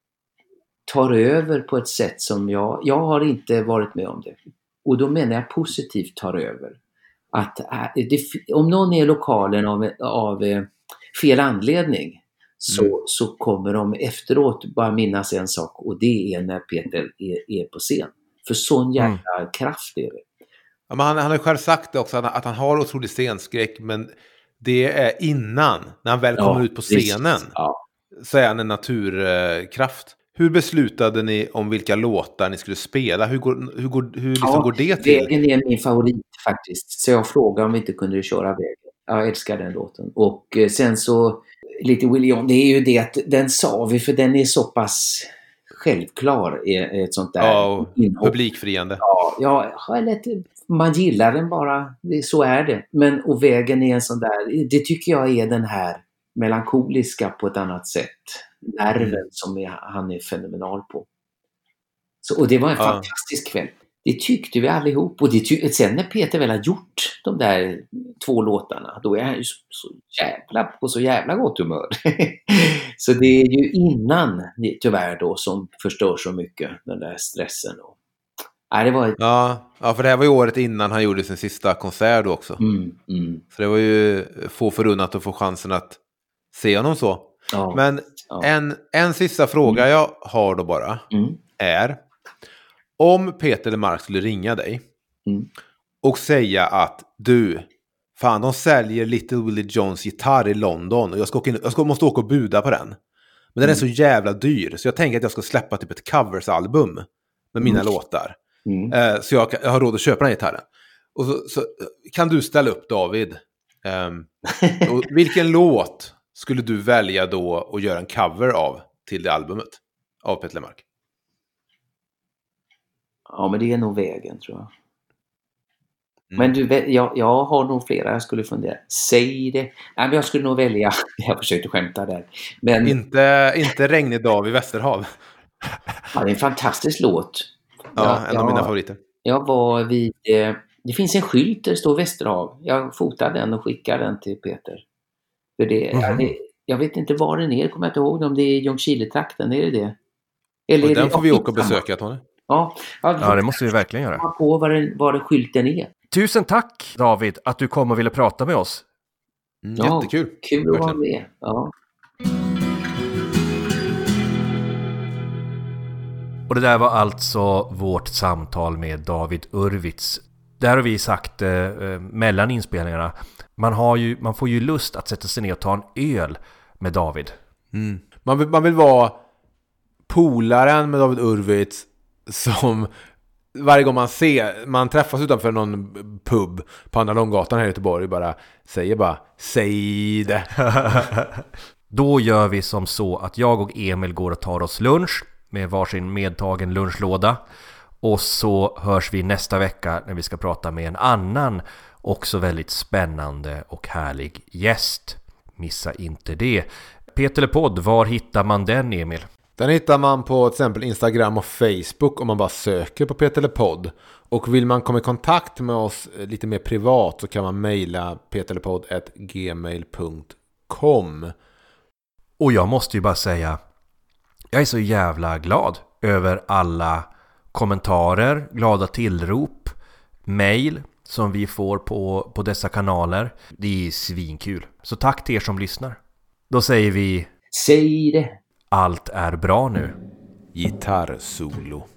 Speaker 5: tar över på ett sätt som jag, jag har inte varit med om det. Och då menar jag positivt tar över. Att äh, det, om någon är i lokalen av, av eh, fel anledning, så,
Speaker 3: Mm.
Speaker 5: så kommer de efteråt bara minnas en sak, och det är när Peter är, är på scen. För sån jävla kraft är det.
Speaker 3: Ja, men han, han har ju själv sagt det också, att, att han har otrolig scenskräck, men det är innan, när han väl kommer ut på scenen,
Speaker 5: precis. Ja.
Speaker 3: så är han en naturkraft. Hur beslutade ni om vilka låtar ni skulle spela? Hur går, hur går, hur liksom
Speaker 5: Ja,
Speaker 3: går det till?
Speaker 5: Vägen är min favorit faktiskt. Så jag frågade om vi inte kunde köra Vägen. Jag älskar den låten. Och eh, sen så, lite William, det är ju det att den sa vi, för den är så pass självklar i ett sånt där
Speaker 3: Ja, och
Speaker 5: inhopp.
Speaker 3: publikfriande.
Speaker 5: Ja, ja, eller att man gillar den bara, det, så är det. Men och Vägen är en sån där, det tycker jag är den här melankoliska på ett annat sätt. Nerven
Speaker 3: Mm.
Speaker 5: som är, han är fenomenal på. Så, och det var en
Speaker 3: Ja.
Speaker 5: fantastisk kväll. Det tyckte vi allihop. Och det ty- sen när Peter väl har gjort de där två låtarna, då är han ju så, så jävla på så jävla gott humör. Så det är ju innan, tyvärr då, som förstör så mycket, den där stressen. Och, nej, det var ett,
Speaker 3: Ja, ja, för det här var ju året innan han gjorde sin sista konsert då också.
Speaker 5: mm, mm,
Speaker 3: Så det var ju få förunnat att få chansen att se honom så.
Speaker 5: ja.
Speaker 3: Men
Speaker 5: Ja.
Speaker 3: En, en sista fråga jag har då bara
Speaker 5: Mm.
Speaker 3: är om Peter Lemark skulle ringa dig
Speaker 5: Mm.
Speaker 3: och säga att du, fan de säljer Little Willie Johns gitarr i London och jag, ska åka in, jag ska, måste åka och buda på den. Men den är så jävla dyr så jag tänker att jag ska släppa typ ett coversalbum med mina
Speaker 5: Mm.
Speaker 3: låtar.
Speaker 5: Mm.
Speaker 3: Eh, så jag, jag har råd att köpa den här gitarren. Och så, så kan du ställa upp, David. Um, och vilken låt skulle du välja då att göra en cover av till det albumet av Peter Lemark?
Speaker 5: Ja, men det är nog vägen, tror jag.
Speaker 3: Mm.
Speaker 5: Men du, jag, jag har nog flera jag skulle fundera. Säg det. Nej, men jag skulle nog välja. Jag försökte skämta där. Men
Speaker 3: Inte, inte Regnig dag vid Västerhav.
Speaker 5: ja, det är en fantastisk låt.
Speaker 3: Ja,
Speaker 5: Jag-
Speaker 3: en av mina
Speaker 5: jag-
Speaker 3: favoriter.
Speaker 5: Jag var vid... Eh, det finns en skylt där det står Västerhav. Jag fotade den och skickade den till Peter. För det, ja,
Speaker 2: Mhm.
Speaker 5: det, jag vet inte var den är, kommer jag inte ihåg om det är Ljungskile-trakten, är det det? Eller
Speaker 3: Och
Speaker 5: är
Speaker 3: den
Speaker 5: det,
Speaker 3: får vi
Speaker 5: ja,
Speaker 3: åka och
Speaker 5: samma.
Speaker 3: besöka, Tony.
Speaker 5: Ja, ja,
Speaker 2: Ja, det måste vi verkligen göra.
Speaker 5: komma på vad, den, vad den skylten är.
Speaker 2: Tusen tack David att du kom och ville prata med oss.
Speaker 3: Mm,
Speaker 5: Ja,
Speaker 3: jättekul.
Speaker 5: Kul att vara
Speaker 3: Verkligen.
Speaker 5: med. Ja.
Speaker 2: Och det där var alltså vårt samtal med David Urwitz. Där har vi sagt eh, eh, mellan inspelningarna. Man, har ju, man får ju lust att sätta sig ner och ta en öl med David.
Speaker 3: Mm. Man, vill, man vill vara polaren med David Urwitz som varje gång man ser, man träffas utanför någon pub på Andra Långgatan här i Göteborg bara säger bara, säg det.
Speaker 2: Då gör vi som så att jag och Emil går och tar oss lunch med varsin medtagen lunchlåda. Och så hörs vi nästa vecka när vi ska prata med en annan också väldigt spännande och härlig gäst. Missa inte det. Peter Podd, var hittar man den, Emil?
Speaker 3: Den hittar man på till exempel Instagram och Facebook om man bara söker på Peter Podd. Och vill man komma i kontakt med oss lite mer privat så kan man mejla peterlepodd at gmail punkt com.
Speaker 2: Och jag måste ju bara säga, jag är så jävla glad över alla kommentarer, glada tillrop, mejl som vi får på, på dessa kanaler. Det är svinkul. Så tack till er som lyssnar. Då säger vi,
Speaker 5: Säg det.
Speaker 2: allt är bra nu.
Speaker 3: Gitarrsolo.